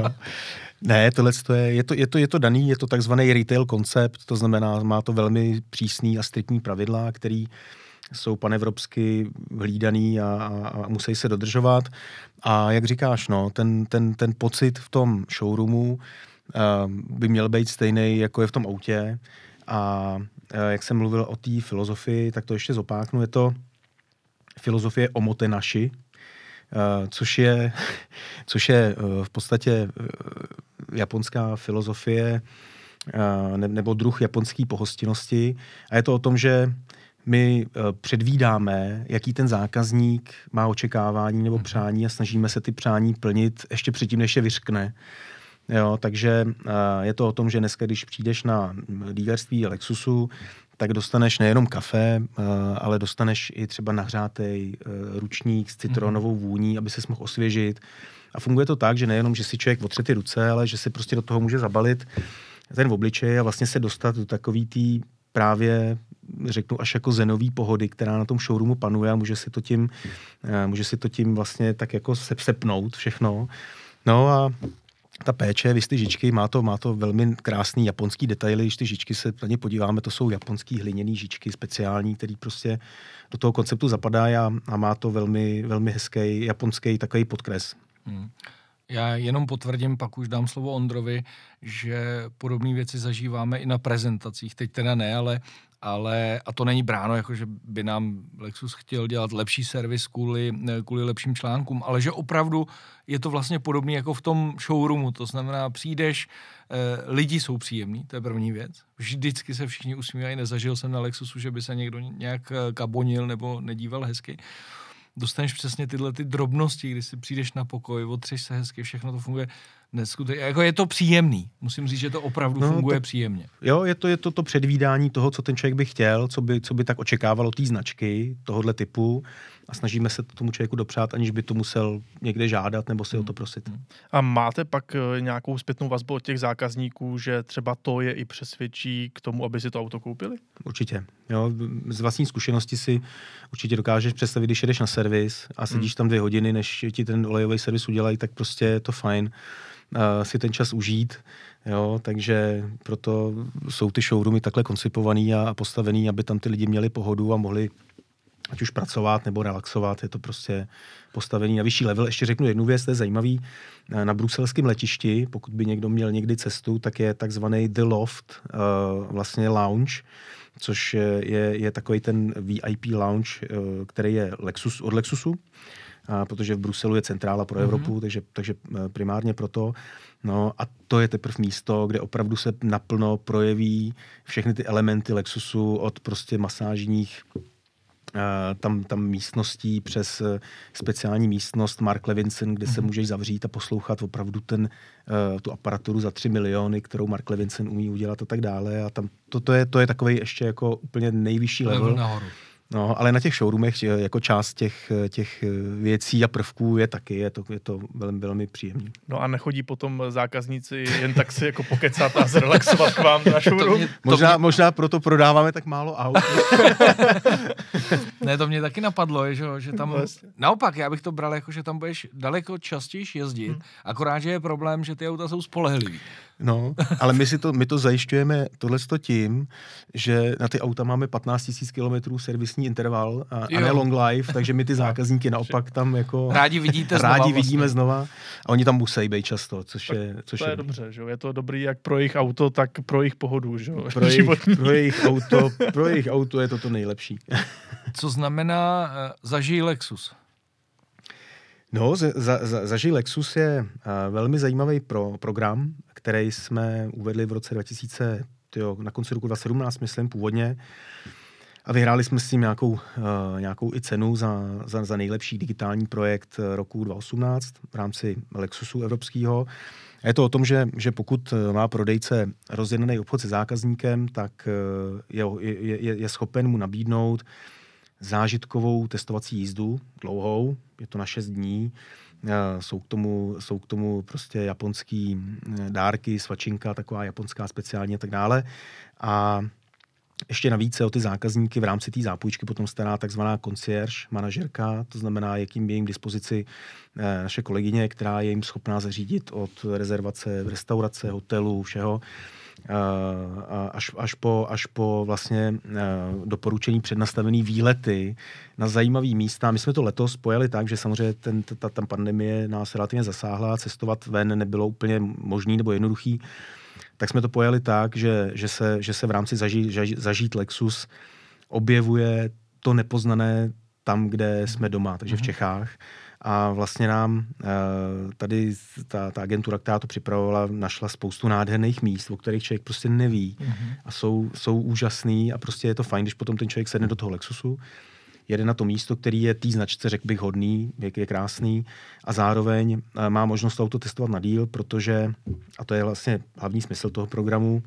Ne, tohle je, je, to, je, to, je to daný, je to takzvaný retail koncept, to znamená, má to velmi přísný a striktní pravidla, který jsou panevropsky hlídaný a, a, a musí se dodržovat. A jak říkáš, no, ten, ten, ten pocit v tom showroomu uh, by měl být stejný, jako je v tom autě. A uh, jak jsem mluvil o té filozofii, tak to ještě zopáknu. Je to filozofie omotenashi, uh, což je, což je uh, v podstatě uh, japonská filozofie uh, ne, nebo druh japonské pohostinnosti. A je to o tom, že my předvídáme, jaký ten zákazník má očekávání nebo přání a snažíme se ty přání plnit ještě předtím, než je vyřkne. Jo, takže je to o tom, že dneska, když přijdeš na dealerství Lexusu, tak dostaneš nejenom kafe, ale dostaneš i třeba nahřátej ručník s citronovou vůní, aby ses mohl osvěžit. A funguje to tak, že nejenom, že si člověk otře ty ruce, ale že si prostě do toho může zabalit ten obličej a vlastně se dostat do takový tý právě řeknu až jako zenový pohody, která na tom showroomu panuje a může si to tím, může si to tím vlastně tak jako sepnout všechno. No a ta péče, vy ty žičky, má to, má to velmi krásný japonský detaily, když ty žičky se na ně podíváme, to jsou japonský hliněný žičky speciální, který prostě do toho konceptu zapadá a, a má to velmi, velmi hezký japonský takový podkres. Hmm. Já jenom potvrdím, pak už dám slovo Ondrovi, že podobné věci zažíváme i na prezentacích. Teď teda ne, ale, ale a to není bráno, jako že by nám Lexus chtěl dělat lepší servis kvůli, kvůli lepším článkům, ale že opravdu je to vlastně podobné jako v tom showroomu. To znamená, přijdeš, eh, lidi jsou příjemní, to je první věc. Vždycky se všichni usmívají, nezažil jsem na Lexusu, že by se někdo nějak kabonil nebo nedíval hezky. Dostaneš přesně tyhle ty drobnosti, kdy si přijdeš na pokoj, otřeš se hezky, všechno to funguje neskutečně. Jako je to příjemný. Musím říct, že to opravdu no, funguje to, příjemně. Jo, je to, je to to předvídání toho, co ten člověk by chtěl, co by, co by tak očekával od té značky, tohohle typu a snažíme se tomu člověku dopřát, aniž by to musel někde žádat nebo si hmm. o to prosit. A máte pak nějakou zpětnou vazbu od těch zákazníků, že třeba to je i přesvědčí k tomu, aby si to auto koupili? Určitě. Jo, z vlastní zkušenosti si určitě dokážeš představit, když jedeš na servis a sedíš hmm. tam dvě hodiny, než ti ten olejový servis udělají, tak prostě je to fajn uh, si ten čas užít. Jo, takže proto jsou ty showroomy takhle koncipovaný a postavený, aby tam ty lidi měli pohodu a mohli ať už pracovat nebo relaxovat. Je to prostě postavený na vyšší level. Ještě řeknu jednu věc, to je zajímavý. Na bruselském letišti, pokud by někdo měl někdy cestu, tak je takzvaný The Loft, uh, vlastně lounge, což je, je takový ten V I P lounge, uh, který je Lexus, od Lexusu. a protože v Bruselu je centrála pro Evropu, mm-hmm. takže, takže primárně proto. No a to je teprve místo, kde opravdu se naplno projeví všechny ty elementy Lexusu od prostě masážních tam, tam místností přes speciální místnost Mark Levinson, kde se můžeš zavřít a poslouchat opravdu ten, tu aparaturu za tři miliony, kterou Mark Levinson umí udělat a tak dále. A tam to, to je, to je takovej ještě jako úplně nejvyšší level. Nahoru. No, ale na těch showroomech jako část těch, těch věcí a prvků je taky, je to, je to velmi, velmi příjemný. No a nechodí potom zákazníci jen tak si jako pokecat a zrelaxovat k vám na showroom? To mě, to možná, mě... možná proto prodáváme tak málo aut. Ne, to mě taky napadlo, že, že tam... Naopak, já bych to bral jako, že tam budeš daleko častěji jezdit, hmm. akorát, že je problém, že ty auta jsou spolehlivý. No, ale my si to, my to zajišťujeme tohleto tím, že na ty auta máme patnáct tisíc kilometrů servisní interval a, a ne long life, takže my ty zákazníky naopak tam jako... Rádi vidíte znova. Rádi vlastně. vidíme znova a oni tam musí být často, což tak je... Což to je, je dobře, že jo? Je to dobrý jak pro jejich auto, tak pro jejich pohodu, že jo? Pro jejich, pro jejich auto, pro jejich auto je to to nejlepší. Co znamená uh, zažij Lexus? No, za, za, zažij Lexus je uh, velmi zajímavý pro, program, který jsme uvedli v roce dva tisíce, tyjo, na konci roku dva tisíce sedmnáct, myslím, původně. A vyhráli jsme s tím nějakou, uh, nějakou i cenu za, za, za nejlepší digitální projekt roku dva tisíce osmnáct v rámci Lexusu evropského. A je to o tom, že, že pokud má prodejce rozjednaný obchod se zákazníkem, tak uh, je, je, je schopen mu nabídnout zážitkovou testovací jízdu, dlouhou, je to na šest dní, jsou k tomu, jsou k tomu prostě japonský dárky, svačinka, taková japonská speciálně a tak dále. A ještě navíc se o ty zákazníky v rámci té zápůjčky potom stará takzvaná concierge manažerka, to znamená, jakým je jim dispozici naše kolegyně, která je jim schopná zařídit od rezervace v restaurace, hotelu, všeho, Až, až, po, až po vlastně doporučení přednastavený výlety na zajímavý místa. My jsme to letos spojili tak, že samozřejmě ten, ta, ta pandemie nás relativně zasáhla, cestovat ven nebylo úplně možný nebo jednoduchý, tak jsme to pojali tak, že, že, se, že se v rámci zažít, zažít Lexus objevuje to nepoznané tam, kde jsme doma, takže v Čechách. A vlastně nám tady ta, ta agentura, která to připravovala, našla spoustu nádherných míst, o kterých člověk prostě neví. Mm-hmm. A jsou, jsou úžasný a prostě je to fajn, když potom ten člověk sedne do toho Lexusu, jede na to místo, který je té značce, řekl bych, hodný, je, je krásný a zároveň má možnost to auto testovat na díl, protože, a to je vlastně hlavní smysl toho programu,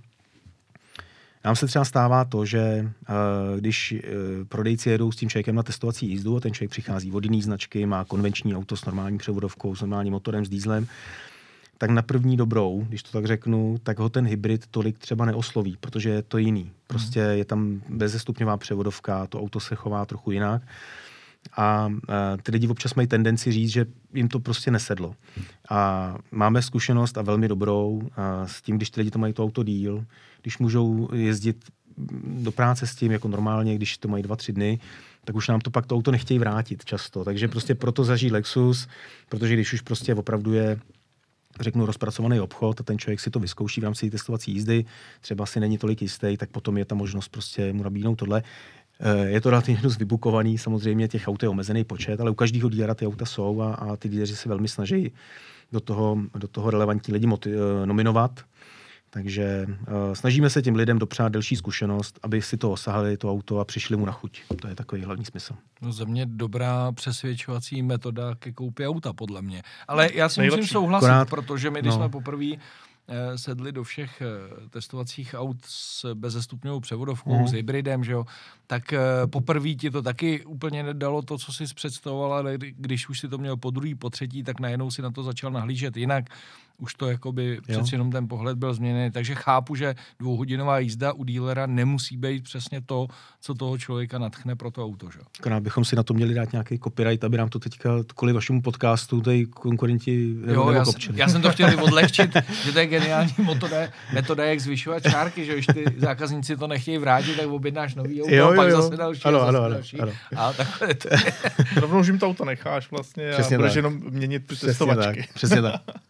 nám se třeba stává to, že uh, když uh, prodejci jedou s tím člověkem na testovací jízdu a ten člověk přichází od jiný značky, má konvenční auto s normální převodovkou, s normálním motorem, s dýzlem, tak na první dobrou, když to tak řeknu, tak ho ten hybrid tolik třeba neosloví, protože je to jiný. Prostě je tam bezestupňová převodovka, to auto se chová trochu jinak. A uh, ty lidi občas mají tendenci říct, že jim to prostě nesedlo. A máme zkušenost a velmi dobrou uh, s tím, když ty lidi to mají to auto díl, když můžou jezdit do práce s tím jako normálně, když to mají dva, tři dny, tak už nám to pak to auto nechtějí vrátit často. Takže prostě proto zažít Lexus, protože když už prostě opravdu je, řeknu, rozpracovaný obchod a ten člověk si to vyzkouší v rámci testovací jízdy, třeba si není tolik jistý, tak potom je ta možnost prostě mu nabídnout tohle. Je to relativně dost vybukovaný, samozřejmě těch aut je omezený počet, ale u každého dílera ty auta jsou a, a ty díleři se velmi snaží do toho, do toho relevantní lidi moti- nominovat. Takže uh, snažíme se těm lidem dopřát delší zkušenost, aby si to osahali, to auto a přišli mu na chuť. To je takový hlavní smysl. No za mě dobrá přesvědčovací metoda ke koupi auta, podle mě. Ale já si Nejlepší. musím souhlasit, Akorát, protože my, když no. jsme poprvé eh, sedli do všech eh, testovacích aut s bezestupňovou převodovkou, mm. s hybridem, že jo, tak eh, poprvé ti to taky úplně nedalo to, co jsi představoval, ale když už si to měl po druhý, po třetí, tak najednou si na to začal nahlížet jinak. Už to jakoby přeci jenom ten pohled byl změněný, takže chápu, že dvouhodinová jízda u dílera nemusí být přesně to, co toho člověka nadchne pro to auto, že? Akorát bychom si na to měli dát nějaký copyright, aby nám to teďka kvůli vašemu podcastu tady konkurenti jo, já, já jsem to chtěl odlehčit, že to je geniální metoda, metoda, jak zvyšovat čárky, že když ty zákazníci to nechtějí vrátit, tak objednáš nový auto jo, a pak jo, jo. zase další ano, a zase ano, další. Ano. A takhle to Rovnou, že jim to auto necháš vlastně přesně a budeš tak. jenom měnit ty Přesně testovačky. Tak, přesně tak.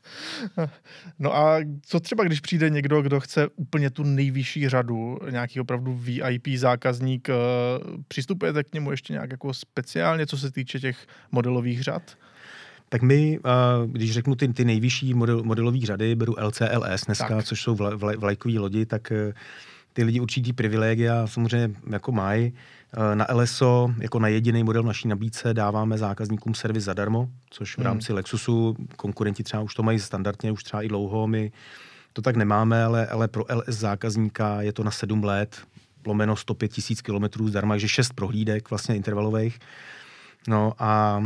No a co třeba, když přijde někdo, kdo chce úplně tu nejvyšší řadu, nějaký opravdu V I P zákazník, přistupujete k němu ještě nějak jako speciálně, co se týče těch modelových řad? Tak my, když řeknu ty, ty nejvyšší model, modelové řady, beru L C L S dneska, tak. Což jsou vla, vla, vlajkové lodi, tak ty lidi určitý privilegia samozřejmě jako mají. Na L S O, jako na jediný model v naší nabídce, dáváme zákazníkům servis zadarmo, což v rámci hmm. Lexusu, konkurenti třeba už to mají standardně, už třeba i dlouho, my to tak nemáme, ale, ale pro L S zákazníka je to na sedm let, lomeno sto pět tisíc kilometrů zdarma, takže šest prohlídek vlastně intervalových. No a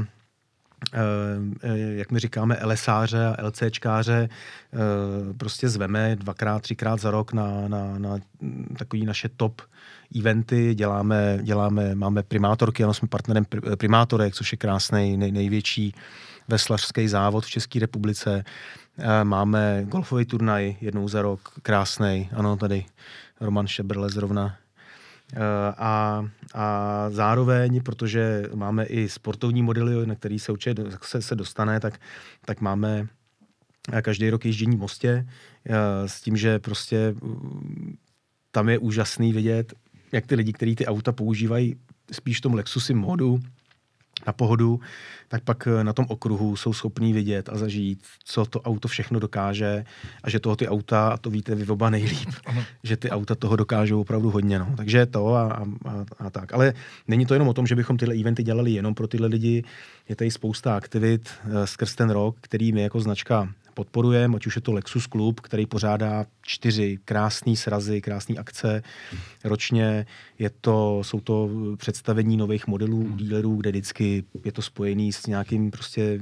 jak my říkáme, LSáře a LCčkáře prostě zveme dvakrát, třikrát za rok na, na, na takový naše top eventy, děláme, děláme, máme primátorky, ano, jsme partnerem Primátorek, což je krásný, nej, největší veslařský závod v České republice. Máme golfový turnaj jednou za rok, krásný, ano, tady Roman Šebrle zrovna. A, a zároveň, protože máme i sportovní modely, na který se určitě se, se dostane, tak, tak máme každý rok ježdění v Mostě s tím, že prostě tam je úžasný vidět, jak ty lidi, kteří ty auta používají spíš v tom Lexusi modu na pohodu, tak pak na tom okruhu jsou schopní vidět a zažít, co to auto všechno dokáže a že toho ty auta, a to víte vy oba nejlíp, že ty auta toho dokážou opravdu hodně. No. Takže to a, a, a tak. Ale není to jenom o tom, že bychom tyhle eventy dělali jenom pro tyhle lidi. Je tady spousta aktivit uh, skrz ten rok, který my jako značka podporujeme, ať už je to Lexus Klub, který pořádá čtyři krásné srazy, krásné akce ročně. Je to, jsou to představení nových modelů u dealerů, kde vždycky je to spojený s nějakým prostě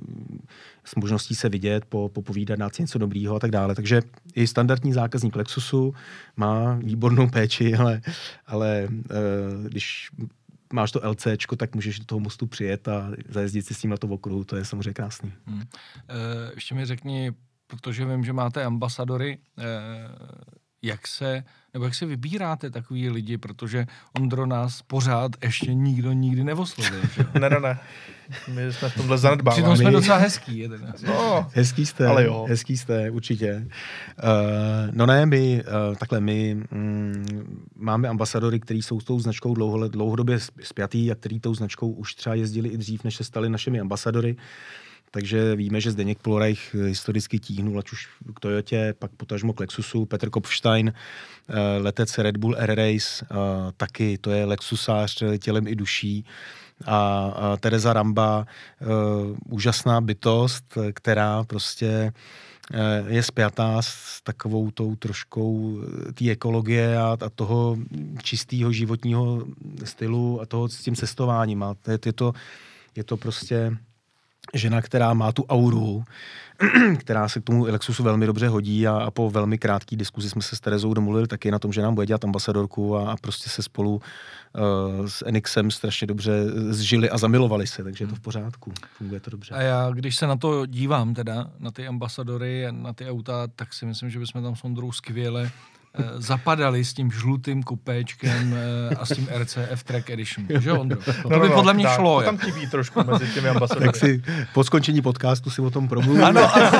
s možností se vidět, po, popovídat, dát si něco dobrýho a tak dále. Takže i standardní zákazník Lexusu má výbornou péči, ale, ale když máš to LCčko, tak můžeš do toho mostu přijet a zajezdit si s tím na to okruhu, to je samozřejmě krásný. Hmm. E, ještě mi řekni, protože vím, že máte ambasadory, e, jak se, nebo jak se vybíráte takový lidi, protože Ondro nás pořád ještě nikdo nikdy nevoslovil. ne, ne, ne. My jsme v tomhle zanedbáváni. Přitom jsme docela hezký. Je no, hezký jste, ale jo. Hezký jste, určitě. Uh, no ne, my, uh, takhle, my mm, máme ambasadory, kteří jsou s tou značkou dlouho, dlouhodobě spjatý a který tou značkou už třeba jezdili i dřív, než se stali našimi ambasadory. Takže víme, že Zdeněk Plorajch historicky tíhnul, ať už k Toyotě, pak potažmo k Lexusu, Petr Kopfstein, letec Red Bull Air Race, taky to je Lexusář tělem i duší. A Tereza Ramba, úžasná bytost, která prostě je spjatá s takovou tou troškou té ekologie a, a toho čistého životního stylu a toho s tím cestováním. A je, je, to, je to prostě žena, která má tu auru, která se k tomu Lexusu velmi dobře hodí a, a po velmi krátké diskuzi jsme se s Terezou domluvili taky na tom, že nám bude dělat ambasadorku a, a prostě se spolu uh, s Enixem strašně dobře zžili a zamilovali se, takže je to v pořádku, funguje to dobře. A já, když se na to dívám teda, na ty ambasadory, na ty auta, tak si myslím, že bychom tam s Ondrou skvěle zapadali s tím žlutým kupéčkem a s tím R C F Track Edition. Že jo, Ondro? To no, by no, podle mě tak, šlo. To tam chybí trošku mezi těmi ambasadory. Tak si po skončení podcastu si o tom promluvíme. Ano, ano.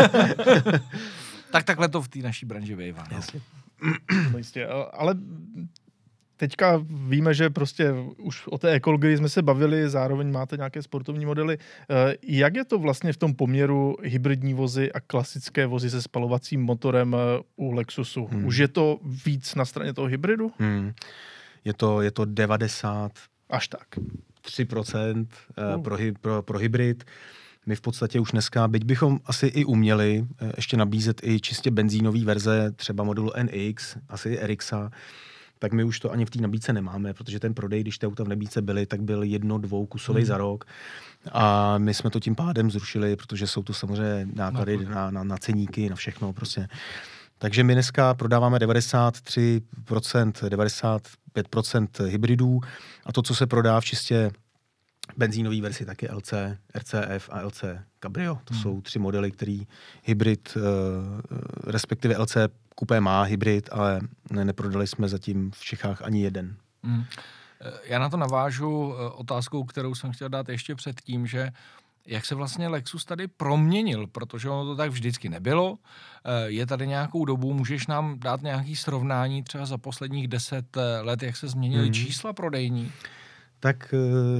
Tak takhle to v té naší branži bývá. No jistě, ale teďka víme, že prostě už o té ekologii jsme se bavili, zároveň máte nějaké sportovní modely. Jak je to vlastně v tom poměru hybridní vozy a klasické vozy se spalovacím motorem u Lexusu? Hmm. Už je to víc na straně toho hybridu? Hmm. Je to, je to devadesát až tak. tři procent uh. pro, pro, pro hybrid. My v podstatě už dneska, byť bychom asi i uměli ještě nabízet i čistě benzínové verze, třeba modelu N X, asi i R X a, tak my už to ani v té nabídce nemáme, protože ten prodej, když ty auta v nabídce byly, tak byl jedno, dvou kusový hmm. za rok. A my jsme to tím pádem zrušili, protože jsou to samozřejmě náklady na, na, na ceníky, na všechno prostě. Takže my dneska prodáváme devadesát tři procent, devadesát pět procent hybridů a to, co se prodá v čistě benzínový verzi, tak je L C, R C F a L C Cabrio. To hmm. jsou tři modely, který hybrid, respektive L C Coupé má hybrid, ale neprodali jsme zatím v Čechách ani jeden. Hmm. Já na to navážu otázkou, kterou jsem chtěl dát ještě předtím, že jak se vlastně Lexus tady proměnil, protože ono to tak vždycky nebylo. Je tady nějakou dobu, můžeš nám dát nějaké srovnání třeba za posledních deset let, jak se změnily hmm. čísla prodejní? Tak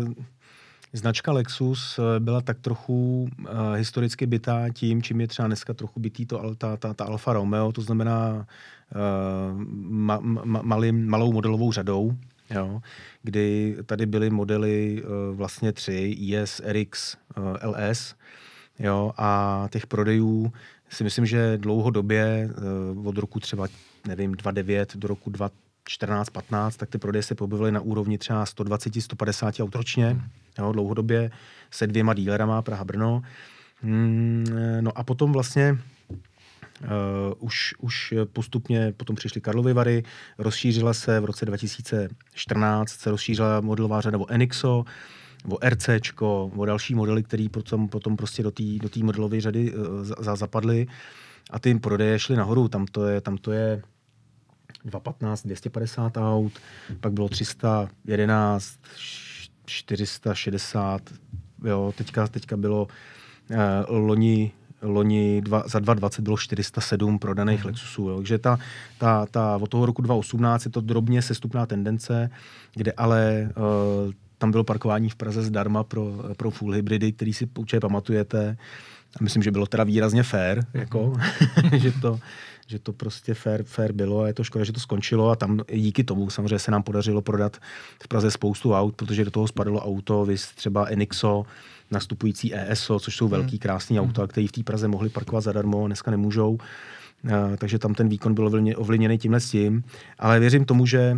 značka Lexus byla tak trochu uh, historicky bytá tím, čím je třeba dneska trochu bytý to, ta, ta, ta Alfa Romeo, to znamená uh, ma, ma, malý, malou modelovou řadou, jo, kdy tady byly modely uh, vlastně tři, E S, R X, uh, L S, jo, a těch prodejů si myslím, že dlouhodobě uh, od roku třeba, nevím, dva tisíce devět do roku dva tisíce čtrnáct patnáct, tak ty prodeje se pohybily na úrovni třeba sto dvacet až sto padesát aut ročně, jo, dlouhodobě se dvěma dílerama Praha Brno. Hmm, no a potom vlastně uh, už, už postupně potom přišly Karlovy Vary, rozšířila se v roce dva tisíce čtrnáct, se rozšířila modelová řada o Enixo, o RCčko, o další modely, které potom, potom prostě do té do té modelové řady uh, za, zapadly a ty prodeje šly nahoru, tam to je, tam to je dva patnáct, dvě stě padesát aut, pak bylo tři sta jedenáct, čtyři sta šedesát, jo, teďka, teďka bylo eh, loni, loni dva, za dva tisíce dvacet bylo čtyři sta sedm prodaných mm. Lexusů, jo, takže ta, ta, ta, od toho roku dva tisíce osmnáct je to drobně sestupná tendence, kde ale eh, tam bylo parkování v Praze zdarma pro, pro full hybridy, který si určitě pamatujete. A myslím, že bylo teda výrazně fair, jako, že, to, že to prostě fair, fair bylo a je to škoda, že to skončilo a tam díky tomu samozřejmě se nám podařilo prodat v Praze spoustu aut, protože do toho spadalo auto, vys třeba Enixo, nastupující E S O, což jsou velký krásný hmm. auta, které v té Praze mohli parkovat zadarmo, dneska nemůžou. Uh, takže tam ten výkon byl ovlivněný tímhle s tím. Ale věřím tomu, že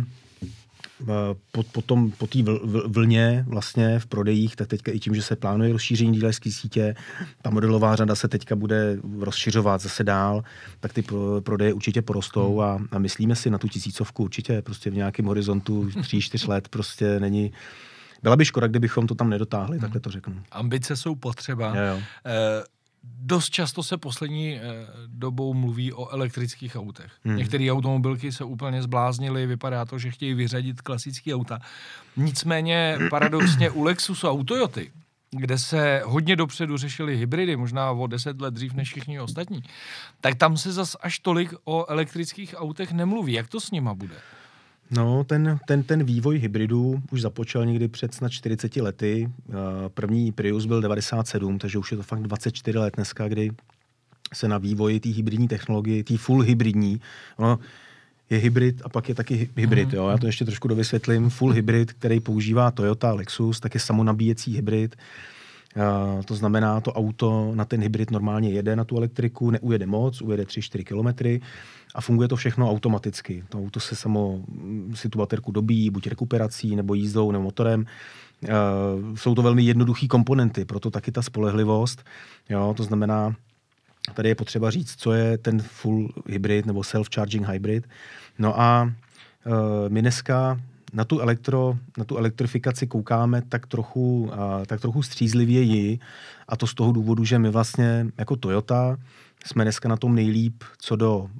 po, potom, po té vl, vlně vlastně v prodejích, tak teďka i tím, že se plánuje rozšíření dílerské sítě, ta modelová řada se teďka bude rozšiřovat zase dál, tak ty prodeje určitě porostou a, a myslíme si na tu tisícovku určitě prostě v nějakém horizontu tří, čtyř let prostě není. Byla by škoda, kdybychom to tam nedotáhli, takhle to řeknu. Ambice jsou potřeba. Jo, jo. Eh, Dost často se poslední eh, dobou mluví o elektrických autech. Hmm. Některé automobilky se úplně zbláznily, vypadá to, že chtějí vyřadit klasické auta. Nicméně paradoxně u Lexusu a u Toyoty, kde se hodně dopředu řešily hybridy, možná o deset let dřív než všichni ostatní, tak tam se zas až tolik o elektrických autech nemluví. Jak to s nima bude? No, ten, ten, ten vývoj hybridů už započal někdy před snad čtyřiceti lety. První Prius byl devadesát sedm, takže už je to fakt dvacet čtyři let dneska, kdy se na vývoji té hybridní technologie, té full hybridní, ono je hybrid a pak je taky hybrid, mm. jo, já to ještě trošku dovysvětlím. Full hybrid, který používá Toyota, Lexus, tak je samonabíjecí hybrid. Uh, to znamená, to auto na ten hybrid normálně jede na tu elektriku, neujede moc, ujede tři čtyři kilometry a funguje to všechno automaticky. To auto se samo si tu baterku dobíjí, buď rekuperací, nebo jízdou, nebo motorem. Uh, jsou to velmi jednoduchý komponenty, proto taky ta spolehlivost. Jo, to znamená, tady je potřeba říct, co je ten full hybrid nebo self-charging hybrid. No a uh, my dneska na tu, elektro, na tu elektrifikaci koukáme tak trochu, uh, tak trochu střízlivěji a to z toho důvodu, že my vlastně jako Toyota jsme dneska na tom nejlíp co do uh,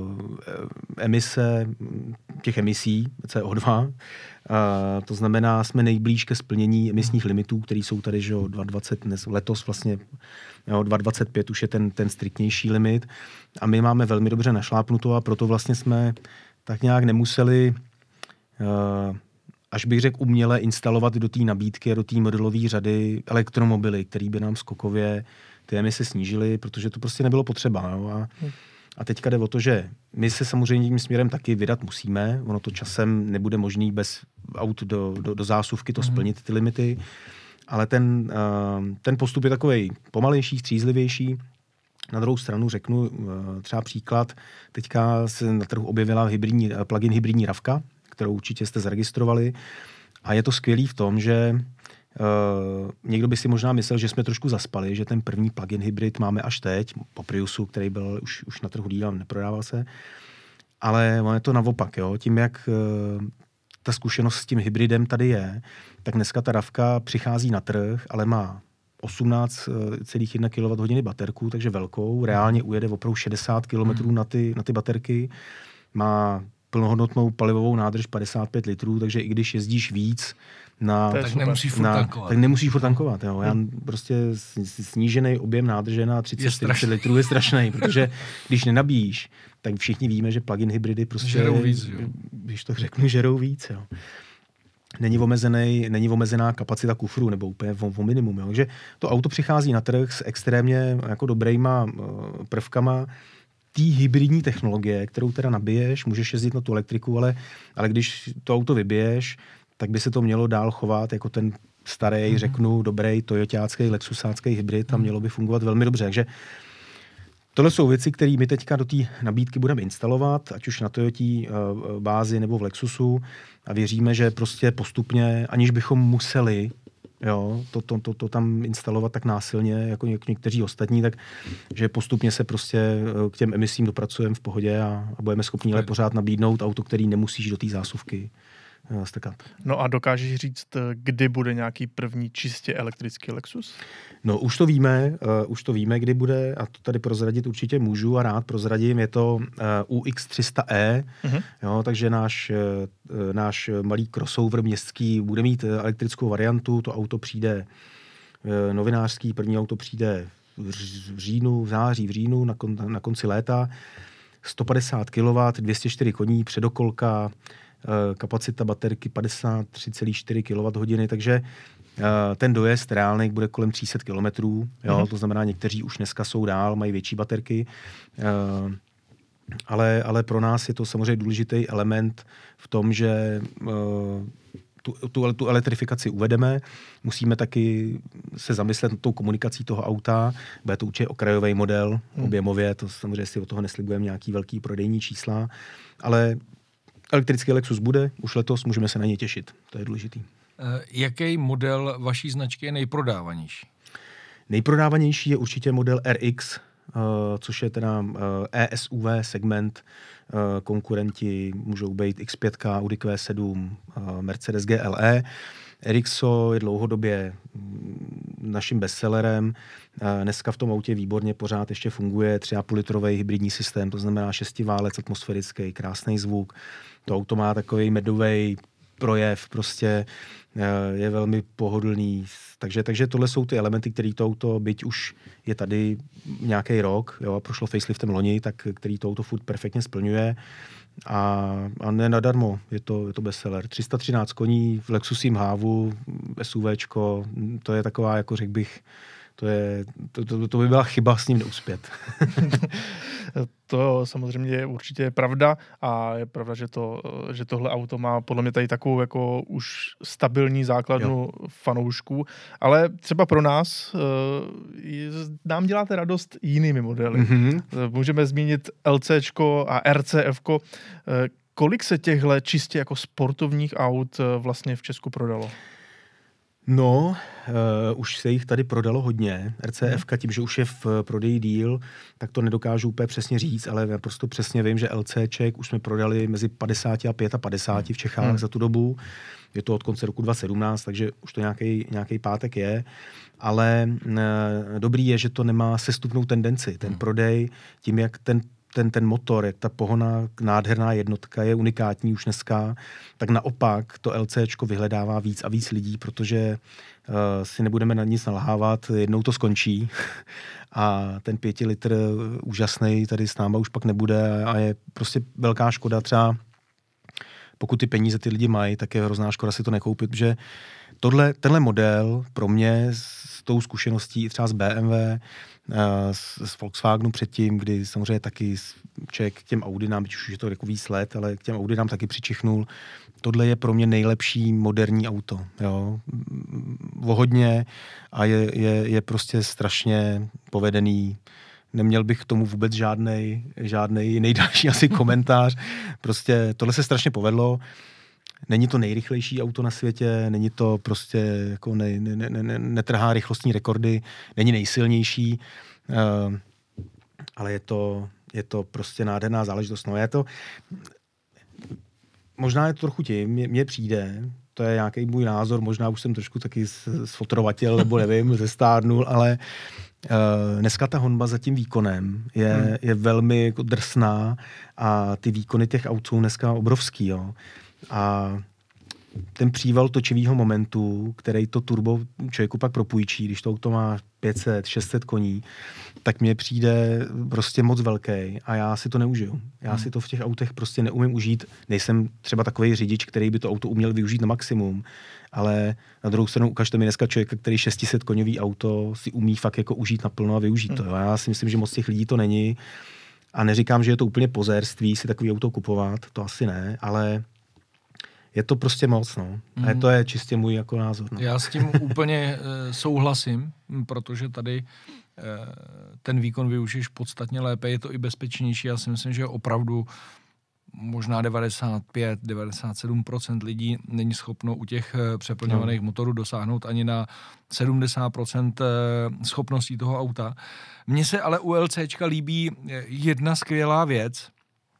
emise, těch emisí C O dva. Uh, to znamená, jsme nejblíž ke splnění emisních limitů, které jsou tady, že jo, dvacet dnes, letos vlastně, jo, dva dvacet pět už je ten, ten striktnější limit a my máme velmi dobře našlápnuto a proto vlastně jsme tak nějak nemuseli uh, až bych řekl uměle instalovat do té nabídky a do té modelové řady elektromobily, které by nám skokově ty emise snížily, protože to prostě nebylo potřeba. Jo? A, a teďka jde o to, že my se samozřejmě tím směrem taky vydat musíme. Ono to časem nebude možný bez aut do, do, do zásuvky to splnit ty limity, ale ten, uh, ten postup je takovej pomalejší, střízlivější. Na druhou stranu řeknu uh, třeba příklad. Teďka se na trhu objevila hybridní, plug-in hybridní Ravka, kterou určitě jste zaregistrovali. A je to skvělý v tom, že Uh, někdo by si možná myslel, že jsme trošku zaspali, že ten první plug-in hybrid máme až teď, po Priusu, který byl už, už na trhu díl, neprodával se. Ale ono je to naopak, jo. Tím, jak uh, ta zkušenost s tím hybridem tady je, tak dneska ta Ravka přichází na trh, ale má osmnáct celá jedna kilowatthodiny baterku, takže velkou, reálně ujede opravdu šedesát kilometrů na ty, na ty baterky, má plnohodnotnou palivovou nádrž padesát pět litrů, takže i když jezdíš víc, na, tak nemusíš furt na, tankovat. tak nemusíš furt tankovat. Jo. Já prostě snížený objem nádrže na třicet čtyřicet litrů je strašný, protože když nenabíjíš, tak všichni víme, že plug-in hybridy prostě, žerou víc, jo. Když to řeknu, žerou víc. Jo. Není, omezený, není omezená kapacita kufru, nebo úplně o, o minimum. Jo. Takže to auto přichází na trh s extrémně jako dobrýma uh, prvkama té hybridní technologie, kterou teda nabiješ, můžeš jezdit na tu elektriku, ale, ale když to auto vybiješ, tak by se to mělo dál chovat jako ten starý, mm-hmm. řeknu, dobrý toyotácký, lexusácký hybrid a mělo by fungovat velmi dobře. Takže tohle jsou věci, které my teďka do té nabídky budeme instalovat, ať už na Toyotí uh, bázi nebo v Lexusu a věříme, že prostě postupně, aniž bychom museli jo, to, to, to, to tam instalovat tak násilně, jako něk- někteří ostatní, tak že postupně se prostě k těm emisím dopracujeme v pohodě a, a budeme schopni ale pořád nabídnout auto, který nemusíš do té zásuvky strkat. No a dokážeš říct, kdy bude nějaký první čistě elektrický Lexus? No už to víme, uh, už to víme, kdy bude a to tady prozradit určitě můžu a rád prozradím, je to uh, U X tři sta E, uh-huh. jo, takže náš, uh, náš malý crossover městský bude mít uh, elektrickou variantu, to auto přijde uh, novinářský, první auto přijde v, ř- v říjnu, v září, v říjnu, na, kon, na konci léta, sto padesát kilowattů, dvě stě čtyři koní, předokolka, kapacita baterky padesát tři celá čtyři kilowatthodin, takže ten dojezd reálný bude kolem tři sta kilometrů, jo, mm-hmm. to znamená, někteří už dneska jsou dál, mají větší baterky, ale, ale pro nás je to samozřejmě důležitý element v tom, že tu, tu, tu elektrifikaci uvedeme, musíme taky se zamyslet nad tou komunikací toho auta, bude to určitě okrajový model, mm. objemově, to samozřejmě si od toho neslibujeme nějaký velký prodejní čísla, ale elektrický Lexus bude, už letos můžeme se na něj těšit. To je důležitý. Uh, jaký model vaší značky je nejprodávanější? Nejprodávanější je určitě model R X, uh, což je teda uh, E S U V segment. Uh, konkurenti můžou být X pět, Audi Q sedm, uh, Mercedes G L E. R X je dlouhodobě naším bestsellerem. Dneska v tom autě výborně pořád ještě funguje tři a půl litrový hybridní systém, to znamená šestiválec atmosférický, krásný zvuk. To auto má takový medový projev, prostě je velmi pohodlný. Takže, takže tohle jsou ty elementy, které to auto, byť už je tady nějaký rok, jo, prošlo faceliftem loni, tak který to auto furt perfektně splňuje. A, a ne nadarmo, je to, je to bestseller. tři sta třináct koní v Lexusím hávu, SUVčko, to je taková, jako řekl bych, to, je, to, to, to by byla chyba s ním neuspět. To samozřejmě je určitě pravda a je pravda, že, to, že tohle auto má podle mě tady takovou jako už stabilní základnu jo. fanoušků, ale třeba pro nás nám děláte radost jinými modely. Mm-hmm. Můžeme zmínit LCčko a RCFko. Kolik se těchhle čistě jako sportovních aut vlastně v Česku prodalo? No, uh, už se jich tady prodalo hodně. RCFka tím, že už je v prodeji díl, tak to nedokážu úplně přesně říct, ale já prostě přesně vím, že LCček už jsme prodali mezi padesát a padesát pět v Čechách hmm. za tu dobu. Je to od konce roku dva tisíce sedmnáct, takže už to nějaký, nějaký pátek je. Ale uh, dobrý je, že to nemá sestupnou tendenci. Ten hmm. prodej, tím, jak ten Ten, ten motor, jak ta pohonná nádherná jednotka je unikátní už dneska, tak naopak to LCčko vyhledává víc a víc lidí, protože uh, si nebudeme na nic nalhávat, jednou to skončí a ten pěti litr úžasnej tady s náma už pak nebude a je prostě velká škoda třeba, pokud ty peníze ty lidi mají, tak je hrozná škoda si to nekoupit, protože tohle, tenhle model pro mě s tou zkušeností třeba z B M W, z, z Volkswagenu předtím, kdy samozřejmě taky člověk k těm Audinám, byť už je to jako víc let, ale k těm Audinám taky přičichnul. Tohle je pro mě nejlepší moderní auto. Jo? Vohodně a je, je, je prostě strašně povedený. Neměl bych k tomu vůbec žádnej, žádnej jiný další asi komentář. Prostě tohle se strašně povedlo. Není to nejrychlejší auto na světě, není to prostě jako ne, ne, ne, ne, netrhá rychlostní rekordy, není nejsilnější, uh, ale je to, je to prostě nádherná záležitost. No, je to, možná je to trochu tím, mně přijde, to je nějaký můj názor, možná už jsem trošku taky sfotrovatěl, nebo nevím, zestárnul, ale uh, dneska ta honba za tím výkonem je, hmm. je velmi jako drsná a ty výkony těch aut jsou dneska obrovský, jo. A ten příval točivého momentu, který to turbo člověku pak propůjčí, když to auto má pět set, šest set koní, tak mně přijde prostě moc velký a já si to neužiju. Já hmm. si to v těch autech prostě neumím užít. Nejsem třeba takový řidič, který by to auto uměl využít na maximum, ale na druhou stranu ukažte mi dneska člověka, který šest set koňový auto si umí fakt jako užít naplno a využít to. Jo. Já si myslím, že moc těch lidí to není a neříkám, že je to úplně pozérství si takový auto kupovat, to asi ne, ale je to prostě moc, no. A to je čistě můj jako názor. No. Já s tím úplně e, souhlasím, protože tady e, ten výkon využiješ podstatně lépe, je to i bezpečnější. Já si myslím, že opravdu možná devadesát pět devadesát sedm procent lidí není schopno u těch přeplňovaných no. motorů dosáhnout ani na sedmdesát procent schopností toho auta. Mně se ale u LCčka líbí jedna skvělá věc,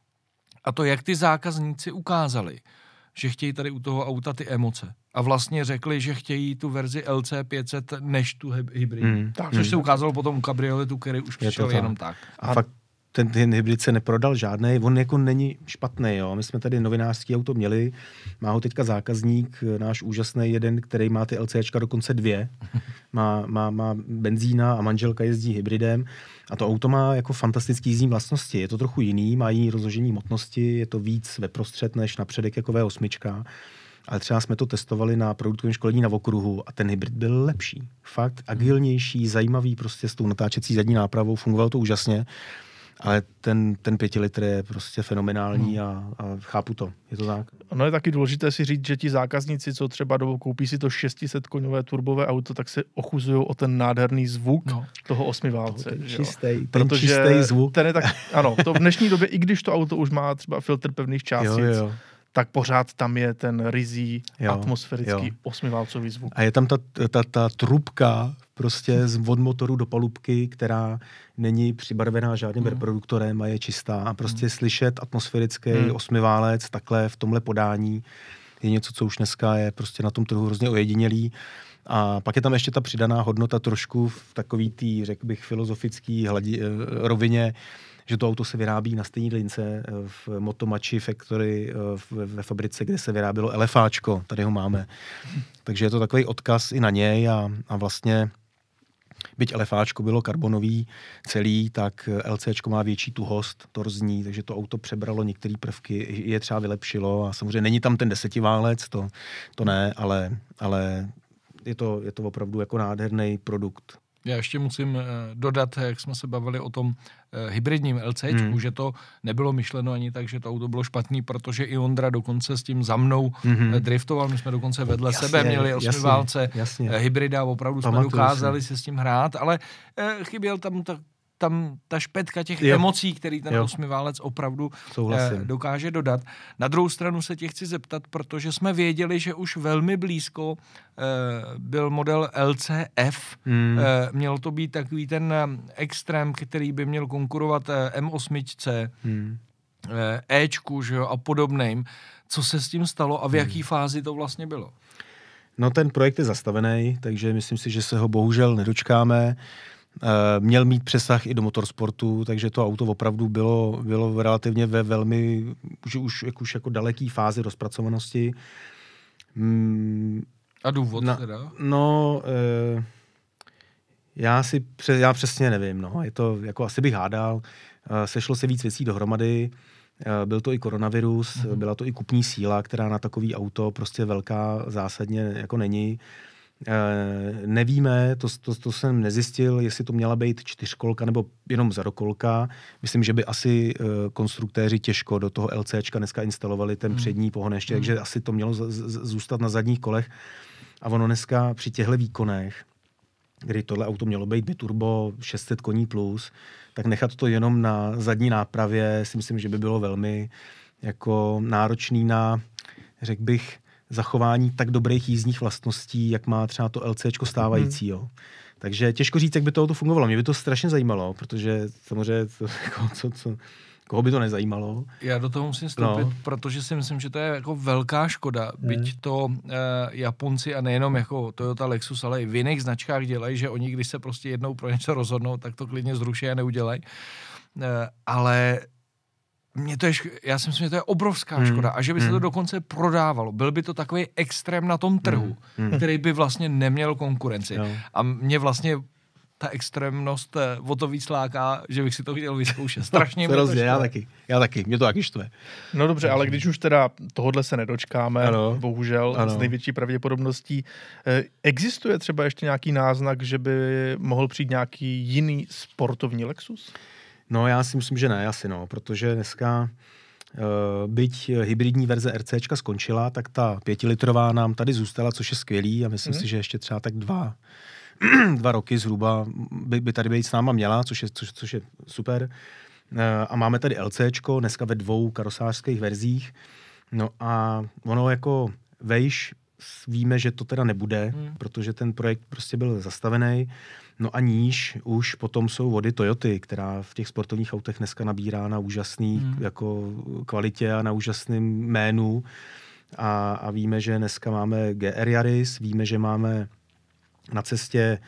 a to, jak ty zákazníci ukázali, že chtějí tady u toho auta ty emoce. A vlastně řekli, že chtějí tu verzi L C pět set než tu hybrid. Mm, což mm. se ukázalo potom u kabrioletu, který už přišel tak. jenom tak. A, a fakt ten, ten hybrid se neprodal žádnej, on jako není špatný, jo. My jsme tady novinářský auto měli, má ho teďka zákazník, náš úžasný jeden, který má ty LCčka dokonce dvě, má, má, má benzína a manželka jezdí hybridem a to auto má jako fantastický jízdní vlastnosti, je to trochu jiný, má jiný rozložení hmotnosti, je to víc ve prostřed než na předek jako V osm, ale třeba jsme to testovali na produktovém školení na okruhu a ten hybrid byl lepší, fakt agilnější, zajímavý prostě s tou natáčecí zadní nápravou, fungovalo to úžasně. Ale ten, ten pěti litr je prostě fenomenální hmm. a, a chápu to. Je to tak? Ono je taky důležité si říct, že ti zákazníci, co třeba do, koupí si to šest set koňové turbové auto, tak se ochuzují o ten nádherný zvuk no. toho osmiválce. Ten čistý, ten Protože čistý zvuk. Ten je tak, ano, to v dnešní době, i když to auto už má třeba filtr pevných částic, jo, jo. tak pořád tam je ten rizí, jo, atmosférický jo. osmiválcový zvuk. A je tam ta, ta, ta trubka prostě z od motoru do palubky, která není přibarvená žádným mm. reproduktorem a je čistá. A prostě mm. slyšet atmosférický mm. osmiválec takhle v tomhle podání je něco, co už dneska je prostě na tom trhu hrozně ojedinělý. A pak je tam ještě ta přidaná hodnota trošku v takový tý, řekl bych, filozofický hladi, rovině, že to auto se vyrábí na stejné lince v Motomachi Factory ve fabrice, kde se vyrábělo elefáčko. Tady ho máme. Takže je to takový odkaz i na něj a, a vlastně byť elefáčko bylo karbonový celý, tak LCčko má větší tuhost torzní, takže to auto přebralo některé prvky, je třeba vylepšilo a samozřejmě není tam ten desetiválec, to, to ne, ale, ale je to, je to opravdu jako nádherný produkt. Já ještě musím dodat, jak jsme se bavili o tom hybridním LCčku, hmm. že to nebylo myšleno ani tak, že to auto bylo špatný, protože i Ondra dokonce s tím za mnou hmm. driftoval, my jsme dokonce vedle jasně, sebe měli osmiválce hybrida, opravdu jsme Pamatuju dokázali si. se s tím hrát, ale chyběl tam tak tam ta špetka těch jo. emocí, který ten jo. osmiválec opravdu eh, dokáže dodat. Na druhou stranu se tě chci zeptat, protože jsme věděli, že už velmi blízko eh, byl model L C F. Hmm. Eh, měl to být takový ten extrém, který by měl konkurovat eh, M osm, hmm. eh, Ečku, že jo, a podobným. Co se s tím stalo a v jaký hmm. fázi to vlastně bylo? No ten projekt je zastavený, takže myslím si, že se ho bohužel nedočkáme. Měl mít přesah i do motorsportu, takže to auto opravdu bylo, bylo relativně ve velmi, už, už, jak už jako daleký fázi rozpracovanosti. Mm, A důvod na, teda? No, e, já si pře, já přesně nevím, no. Je to, jako asi bych hádal, e, sešlo se víc věcí dohromady, e, byl to i koronavirus, mm-hmm. byla to i kupní síla, která na takový auto prostě velká zásadně jako není. E, nevíme, to, to, to jsem nezjistil, jestli to měla být čtyřkolka nebo jenom zadokolka. Myslím, že by asi e, konstruktéři těžko do toho LCčka dneska instalovali ten hmm. přední pohon ještě, hmm. takže asi to mělo z, z, zůstat na zadních kolech. A ono dneska při těchto výkonech, kdy tohle auto mělo být biturbo šest set koní plus, tak nechat to jenom na zadní nápravě si myslím, že by bylo velmi jako náročný na, řekl bych, zachování tak dobrých jízdních vlastností, jak má třeba to LCčko stávající. Jo. Takže těžko říct, jak by to auto fungovalo. Mě by to strašně zajímalo, protože samozřejmě to, jako, co, co, koho by to nezajímalo. Já do toho musím vstoupit, no. protože si myslím, že to je jako velká škoda. Hmm. Byť to eh, Japonci a nejenom jako Toyota, Lexus, ale i v jiných značkách dělají, že oni, když se prostě jednou pro něco rozhodnou, tak to klidně zruší a neudělají. Eh, ale Mě to je, já si myslím, že to je obrovská hmm. škoda a že by se to hmm. dokonce prodávalo. Byl by to takový extrém na tom trhu, hmm. který by vlastně neměl konkurenci. Jo. A mě vlastně ta extrémnost o to víc láká, že bych si to chtěl vyzkoušet. Strašně no, to rozdě, já taky, já taky, mě to taky štve. No dobře, ale když už teda tohodle se nedočkáme, ano. bohužel ano. s největší pravděpodobností, existuje třeba ještě nějaký náznak, že by mohl přijít nějaký jiný sportovní Lexus? No já si myslím, že ne, asi no, protože dneska Uh, byť hybridní verze RCčka skončila, tak ta pětilitrová nám tady zůstala, což je skvělý a myslím mm. si, že ještě třeba tak dva, dva roky zhruba by, by tady být s náma měla, což je, což, což je super. Uh, a máme tady LCčko, dneska ve dvou karosářských verzích. No a ono jako vejš víme, že to teda nebude, mm. protože ten projekt prostě byl zastavený. No a níž už potom jsou vody Toyoty, která v těch sportovních autech dneska nabírá na úžasný hmm. jako kvalitě a na úžasným jménu. A, a víme, že dneska máme G R Yaris, víme, že máme na cestě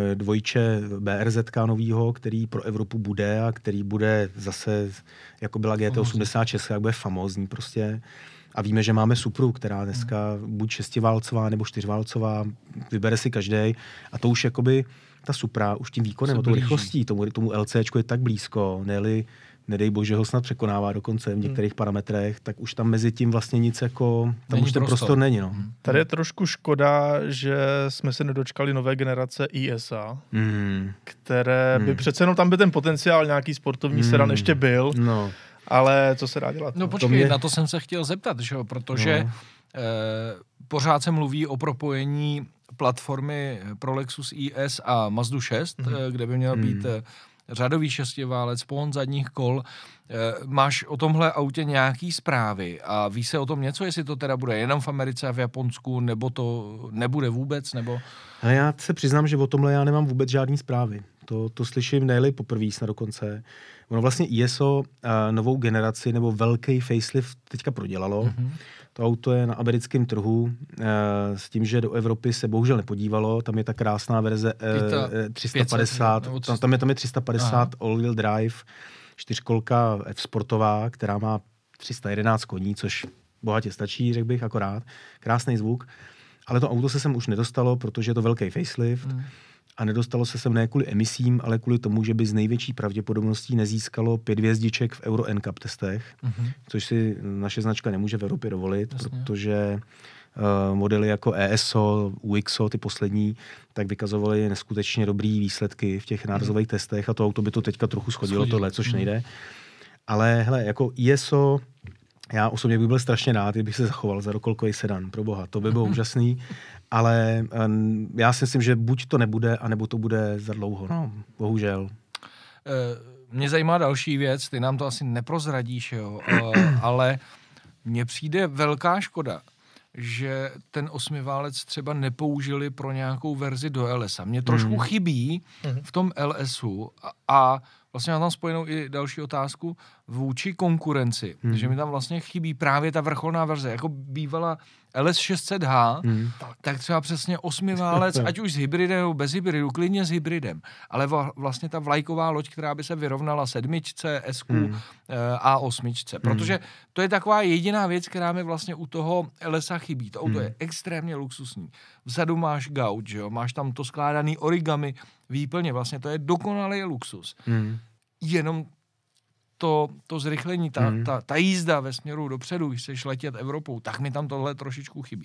dvojče B R Z novýho, který pro Evropu bude a který bude zase, jako byla G T osmdesát šest, jak bude famózní prostě. A víme, že máme Supru, která dneska buď šestiválcová nebo čtyřválcová, vybere si každej. A to už jakoby ta Supra už tím výkonem a tou rychlostí tomu, tomu LCčku je tak blízko, ne-li, nedej bože, ho snad překonává dokonce v některých hmm. parametrech, tak už tam mezi tím vlastně nic jako, tam není už ten prostor, prostor není. No. Tady je trošku škoda, že jsme se nedočkali nové generace I S A, hmm. které by hmm. přece jenom tam by ten potenciál nějaký sportovní hmm. sedan ještě byl. No. Ale co se dá dělat? No počkej, to mě... na to jsem se chtěl zeptat, že jo? Protože no. eh, pořád se mluví o propojení platformy pro Lexus I S a Mazdu šest, mm. eh, kde by měl mm. být eh, řadový šestiválec, pohon zadních kol. Eh, máš o tomhle autě nějaký zprávy a ví se o tom něco, jestli to teda bude jenom v Americe a v Japonsku, nebo to nebude vůbec, nebo... Ale já se přiznám, že o tomhle já nemám vůbec žádný zprávy. To, to slyším ne-li poprvé snad dokonce. Ono vlastně I S O a novou generaci nebo velký facelift teďka prodělalo. Mm-hmm. To auto je na americkém trhu e, s tím, že do Evropy se bohužel nepodívalo. Tam je ta krásná verze e, tři sta padesát. pět set, tam, tam, je, tam je tři sta padesát all-wheel drive, čtyřkolka F-sportová, která má tři sta jedenáct koní, což bohatě stačí, řekl bych, akorát. Krásný zvuk. Ale to auto se sem už nedostalo, protože je to velký facelift. Mm. A nedostalo se sem ne kvůli emisím, ale kvůli tomu, že by z největší pravděpodobností nezískalo pět hvězdiček v Euro N C A P testech, mm-hmm. což si naše značka nemůže v Evropě dovolit, Jasně. protože uh, modely jako E S O, U X O, ty poslední, tak vykazovaly neskutečně dobrý výsledky v těch nárazových mm-hmm. testech a to auto by to teďka trochu schodilo, Schodil. tohle, což mm-hmm. nejde. Ale hele, jako I S O, já osobně bych byl strašně rád, kdybych se zachoval za rokolkový sedan, pro boha, to by bylo mm-hmm. úžasný. Ale um, já si myslím, že buď to nebude, anebo to bude za dlouho. No, bohužel. E, mě zajímá další věc, ty nám to asi neprozradíš, jo, e, ale mně přijde velká škoda, že ten osmiválec třeba nepoužili pro nějakou verzi do L S a. Mně trošku mm. chybí mm. v tom L S U a, a vlastně mám tam spojenou i další otázku vůči konkurenci, mm. že mi tam vlastně chybí právě ta vrcholná verze, jako bývala L S šest set H, mm. tak třeba přesně osmiválec, ať už s hybridem nebo bez hybridu, klidně s hybridem, ale vlastně ta vlajková loď, která by se vyrovnala sedmičce, S Q mm. a osmičce, protože to je taková jediná věc, která mi vlastně u toho L S a chybí. To auto mm. je extrémně luxusní. Vzadu máš gauč, jo? Máš tam to skládaný origami výplně, vlastně to je dokonalý luxus. Mm. Jenom to, to zrychlení, ta, mm. ta, ta jízda ve směru dopředu, když chceš letět Evropou, tak mi tam tohle trošičku chybí.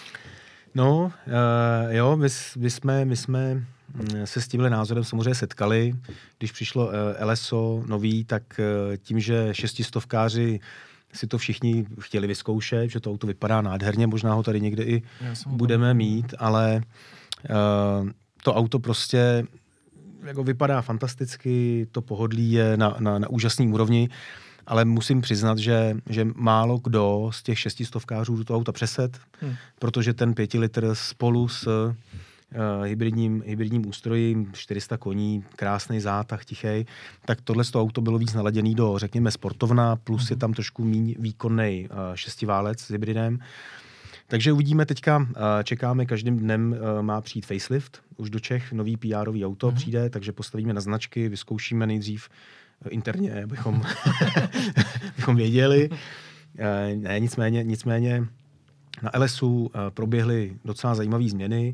No, uh, jo, my, my, jsme, my jsme se s tímhle názorem samozřejmě setkali. Když přišlo uh, L S O nový, tak uh, tím, že šestistovkáři si to všichni chtěli vyzkoušet, že to auto vypadá nádherně, možná ho tady někde i budeme mít, ale uh, to auto prostě jako vypadá fantasticky, to pohodlí je na, na, na úžasný úrovni, ale musím přiznat, že, že málo kdo z těch šestistovkářů do toho auta přesed, hmm. protože ten pěti litr spolu s uh, hybridním, hybridním ústrojím, čtyři sta koní, krásný zátah, tichej, tak tohle z toho auto bylo víc naladěný do, řekněme, sportovna, plus hmm. je tam trošku míň výkonnej uh, šestiválec s hybridem. Takže uvidíme teďka, čekáme, každým dnem má přijít facelift, už do Čech nový P R-ový auto mm-hmm. přijde, takže postavíme na značky, vyzkoušíme nejdřív interně, abychom, abychom věděli. Ne, nicméně, nicméně na L S U proběhly docela zajímavé změny.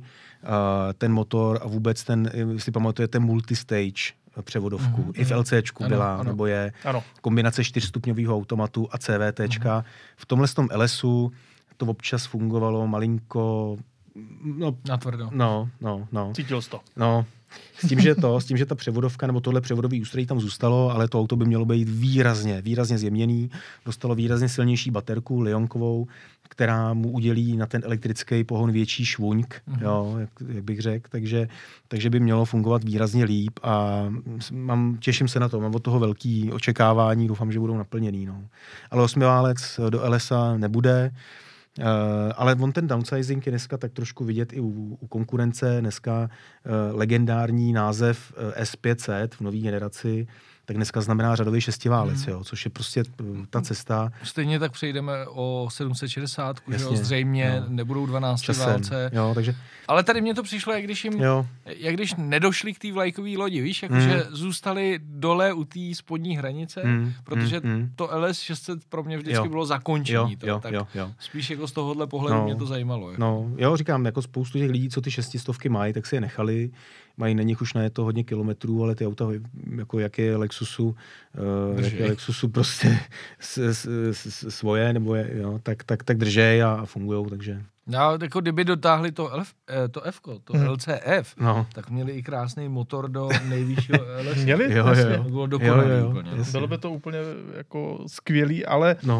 Ten motor a vůbec ten, jestli pamatujete, multistage převodovku. Mm-hmm. I v LCčku ano, byla, ano. nebo je ano. kombinace čtyřstupňového automatu a CVTčka. Mm-hmm. V tomhle tom L S U to občas fungovalo malinko... No, natvrdo. No, no, no. Cítil jsi to. No, s tím, že to, s tím, že ta převodovka nebo tohle převodový ústrojí tam zůstalo, ale to auto by mělo být výrazně, výrazně zjemněný. Dostalo výrazně silnější baterku lionkovou, která mu udělí na ten elektrický pohon větší švuňk, mm-hmm. jo, jak, jak bych řekl, takže, takže by mělo fungovat výrazně líp a mám, těším se na to, mám od toho velký očekávání, doufám, že budou naplněný. No. Ale osmiválec do L S A nebude, Uh, ale on ten downsizing je dneska tak trošku vidět i u, u konkurence. Dneska uh, legendární název uh, S pět set v nové generaci, tak dneska znamená řadový šestiválec, hmm. jo, což je prostě uh, ta cesta. Stejně tak přejdeme o sedm set šedesát, že jo, zřejmě no. nebudou dvanácti válce. Jo, takže... Ale tady mně to přišlo, jak když jim, jo. jak když nedošli k té vlajkové lodi, víš, jakože hmm. zůstali dole u té spodní hranice, hmm. protože hmm. to L S šest set pro mě vždycky jo. bylo zakončení. Jo, to, jo, tak jo, jo. spíš jako z tohohle pohledu no. mě to zajímalo. Jako. No, jo, říkám, jako spoustu těch lidí, co ty šestistovky mají, tak si je nechali. Mají na nich už na je to hodně kilometrů, ale ty auta, jako jak je Lexusu, uh, jak je Lexusu prostě s, s, s, svoje, nebo je, jo, tak, tak, tak držej a fungujou, takže... No, jako kdyby dotáhli to, L F, to F-ko, to hmm. L C F, no. tak měli i krásný motor do nejvyššího L S. Měli? Jo, jo, jo. Bylo dokonalý jo, jo, úplně. No. Bylo by to úplně jako skvělý, ale no. uh,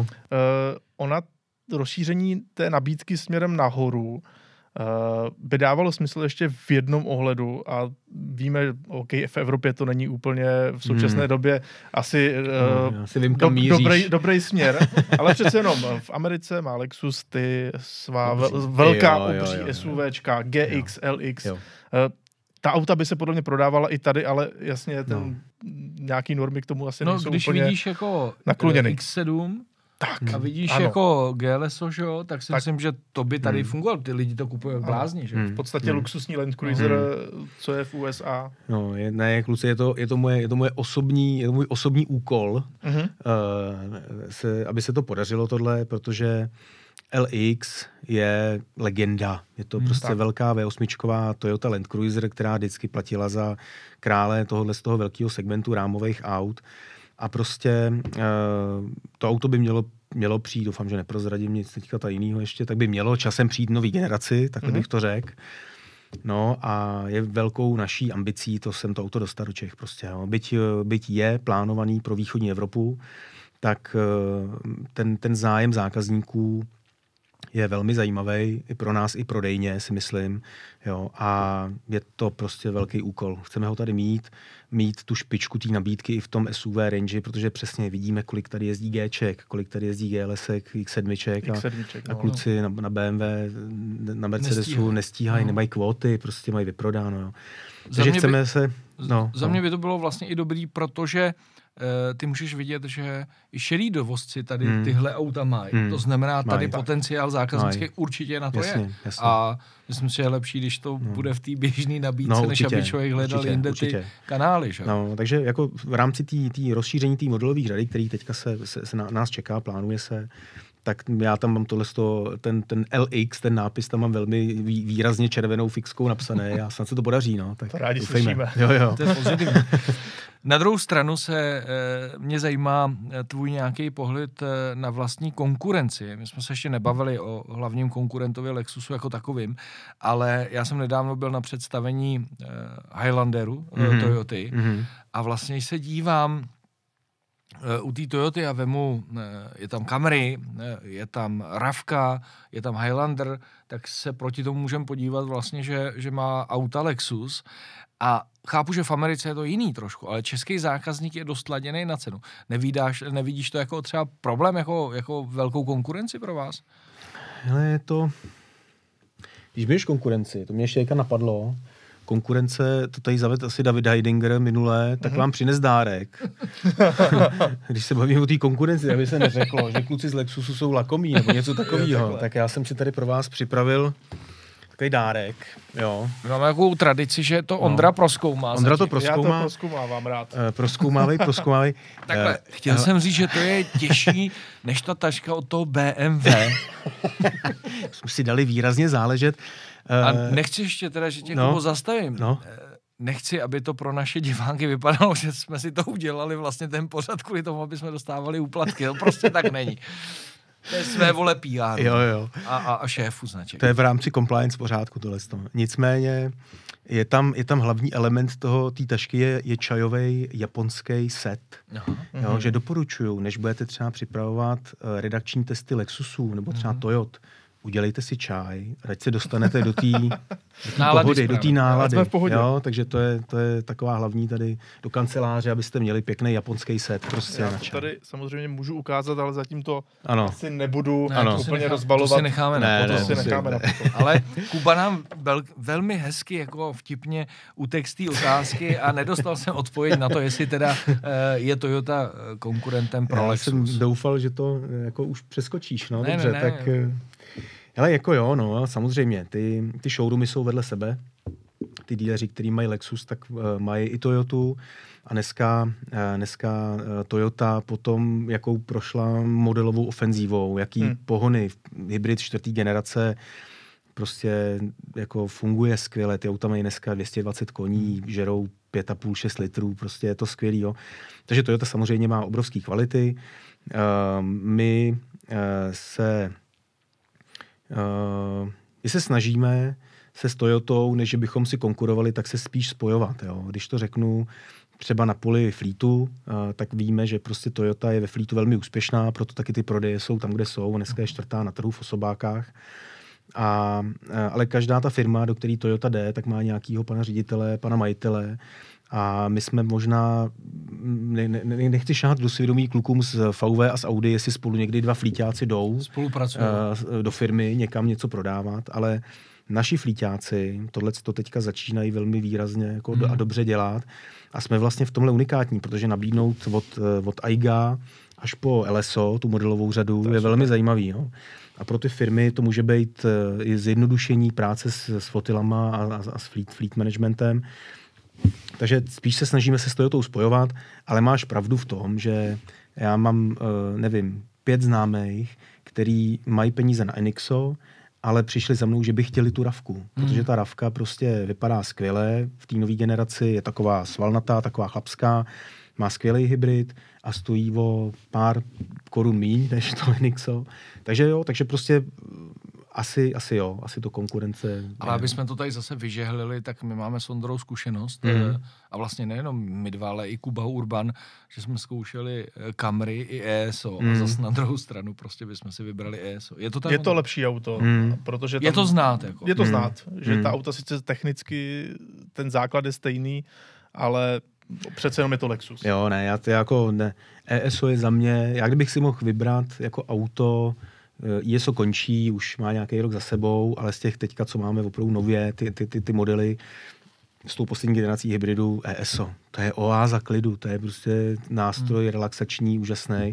ona rozšíření té nabídky směrem nahoru Uh, by dávalo smysl ještě v jednom ohledu a víme, OK, v Evropě to není úplně v současné hmm. době asi, uh, no, asi vím, do, dobrý, dobrý směr, ale přece jenom v Americe má Lexus ty svá vel, velká jo, obří jo, jo, SUVčka, G X, jo. L X. Jo. Uh, ta auta by se podle mě prodávala i tady, ale jasně ten no. nějaký normy k tomu asi no, nejsou když úplně vidíš jako nakloněný. X sedm, tak, a vidíš ano. jako G L S, že jo, tak si tak. myslím, že to by tady hmm. fungovalo. Ty lidi to kupují jak blázni, že hmm. V podstatě hmm. luxusní Land Cruiser, hmm. co je v U S A. No, je, ne, kluci, je to, je to moje, je to moje osobní, je to můj osobní úkol, hmm. uh, se, aby se to podařilo tohle, protože L X je legenda. Je to hmm, prostě tak. velká V osm Toyota Land Cruiser, která vždycky platila za krále tohohle z toho velkého segmentu rámových aut. A prostě uh, to auto by mělo, mělo přijít, doufám, že neprozradím nic teďka tajného ještě, tak by mělo časem přijít nový generaci, takhle mm-hmm. bych to řekl. No a je velkou naší ambicí to sem to auto dostat do Čech prostě. Jo. Byť, byť je plánovaný pro východní Evropu, tak uh, ten, ten zájem zákazníků je velmi zajímavý i pro nás, i prodejně, si myslím. Jo. A je to prostě velký úkol. Chceme ho tady mít, mít tu špičku té nabídky i v tom S U V range, protože přesně vidíme, kolik tady jezdí Gček, kolik tady jezdí G L S, X sedm a, a kluci no. na, na B M W, na Mercedesu nestíhají, nestíhají no. nemají kvóty, prostě mají vyprodáno. Jo. Takže chceme by, se... No, za no. mě by to bylo vlastně i dobrý, protože ty můžeš vidět, že i šedý dovozci tady hmm. tyhle auta mají. Hmm. To znamená, tady Maj, potenciál zákaznický Maj. určitě na to jasně, je. Jasně. A myslím si, že je lepší, když to no. bude v té běžné nabídce, no, určitě, než aby člověk hledal určitě, jinde určitě. ty kanály. Že? No, takže jako v rámci té rozšíření té modelové řady, který teďka se, se, se na, nás čeká, plánuje se, tak já tam mám tohle, ten, ten L X, ten nápis, tam mám velmi výrazně červenou fixkou napsané a snad se to podaří. No. Tak to rádi slyšíme. Jo, jo. To je pozitivní. Na druhou stranu se e, mě zajímá tvůj nějaký pohled e, na vlastní konkurenci. My jsme se ještě nebavili o hlavním konkurentovi Lexusu jako takovým, ale já jsem nedávno byl na představení e, Highlanderu mm-hmm. Toyoty mm-hmm. a vlastně se dívám u té Toyoty a vemu, je tam Camry, je tam Ravka, je tam Highlander, tak se proti tomu můžeme podívat vlastně, že, že má auta Lexus a chápu, že v Americe je to jiný trošku, ale český zákazník je dost laděný na cenu. Nevídáš, nevidíš to jako třeba problém, jako, jako velkou konkurenci pro vás? Hele, je to... Když budeš konkurenci, to mě ještě jaka napadlo, konkurence, to tady zavedl asi David Heidinger minule, tak mm-hmm. vám přines dárek. Když se bavíme o té konkurenci, aby se neřeklo, že kluci z Lexusu jsou lakomí nebo něco takového, tak já jsem si tady pro vás připravil takový dárek, jo. Máme takovou tradici, že to Ondra no. prozkoumá. Ondra to Já prozkoumá. to prozkoumávám rád. Uh, prozkoumávej, prozkoumávej. Takhle, uh, chtěl uh, jsem říct, že to je těžší než ta taška od toho bé em vé. Jsme si dali výrazně záležet. Uh, A nechci ještě teda, že tě no, Kubo zastavím. No. Nechci, aby to pro naše diváky vypadalo, že jsme si to udělali vlastně ten pořad kvůli tomu, aby jsme dostávali úplatky. To prostě tak není. To je své vole pé er. Jo, jo. A, a, a šéfu značek. To je v rámci compliance pořádku tohle. Nicméně je tam, je tam hlavní element toho, té tašky je, je čajový japonský set. Aha. Jo, mhm. Že doporučuju, než budete třeba připravovat uh, redakční testy Lexusů nebo třeba mhm. Toyot, udělejte si čaj, ať se dostanete do té pohody, do té nálady. Jo, takže to je, to je taková hlavní tady do kanceláře, abyste měli pěkný japonský set. Prostě Já na to čaj. tady samozřejmě můžu ukázat, ale zatím to ano. asi nebudu ne, úplně nechá, rozbalovat. To si necháme ne, na potom. Ne, to si necháme na potom. Ale Kuba nám vel, velmi hezky, jako vtipně utekl z té otázky a nedostal jsem odpověď na to, jestli teda uh, je Toyota konkurentem pro Já Lexus. jsem doufal, že to jako už přeskočíš, no ne, dobře, ne, ne, tak... Ne. Hele, jako jo, no, samozřejmě, ty, ty showroomy jsou vedle sebe, ty díleři, kteří mají Lexus, tak uh, mají i Toyotu a dneska, uh, dneska uh, Toyota potom, jakou prošla modelovou ofenzívou, jaký hmm. pohony, hybrid čtvrtý generace, prostě jako funguje skvěle, ty auta mají dneska dvě stě dvacet koní, žerou pět a půl šest litrů, prostě je to skvělý, jo. Takže Toyota samozřejmě má obrovský kvality, uh, my uh, se Uh, my se snažíme se s Toyotou, než bychom si konkurovali, tak se spíš spojovat. Jo. Když to řeknu třeba na poli fleetu, uh, tak víme, že prostě Toyota je ve fleetu velmi úspěšná, proto taky ty prodeje jsou tam, kde jsou. Dneska je čtvrtá na trhu v osobákách. A, uh, ale každá ta firma, do které Toyota jde, tak má nějakýho pana ředitele, pana majitele. A my jsme možná, ne, ne, nechci šáhat do svědomí klukům z vé vé a z Audi, jestli spolu někdy dva flíťáci jdou uh, do firmy někam něco prodávat, ale naši flíťáci tohle to teďka začínají velmi výrazně jako hmm. a dobře dělat a jsme vlastně v tomhle unikátní, protože nabídnout od, od A I G A až po L S O, tu modelovou řadu, to je, je velmi zajímavý. Jo? A pro ty firmy to může být i zjednodušení práce s, s flotilama a, a, a s fleet, fleet managementem. Takže spíš se snažíme se s Toyotou spojovat, ale máš pravdu v tom, že já mám, nevím, pět známých, který mají peníze na Enixo, ale přišli za mnou, že by chtěli tu ravku, hmm. protože ta ravka prostě vypadá skvěle, v té nové generaci je taková svalnatá, taková chlapská, má skvělý hybrid a stojí o pár korun míň než to Enixo. Takže jo, takže prostě Asi, asi jo, asi to konkurence. Ale aby jsme to tady zase vyžehlili, tak my máme s Ondrou zkušenost mm. a vlastně nejenom my dva, ale i Kuba Urban, že jsme zkoušeli Camry i E S O mm. a zase na druhou stranu prostě bychom si vybrali E S O. Je to, tak, je to lepší auto, mm. protože tam, je to znát. Jako. Je to mm. znát, že mm. ta auta sice technicky, ten základ je stejný, ale přece jenom je to Lexus. Jo, ne, já to jako ne. E S O je za mě, já kdybych si mohl vybrat jako auto, I S O končí, už má nějaký rok za sebou, ale z těch teďka, co máme opravdu nově, ty, ty, ty, ty modely s tou poslední generací hybridů E S O. To je oáza klidu, to je prostě nástroj hmm. relaxační, úžasný.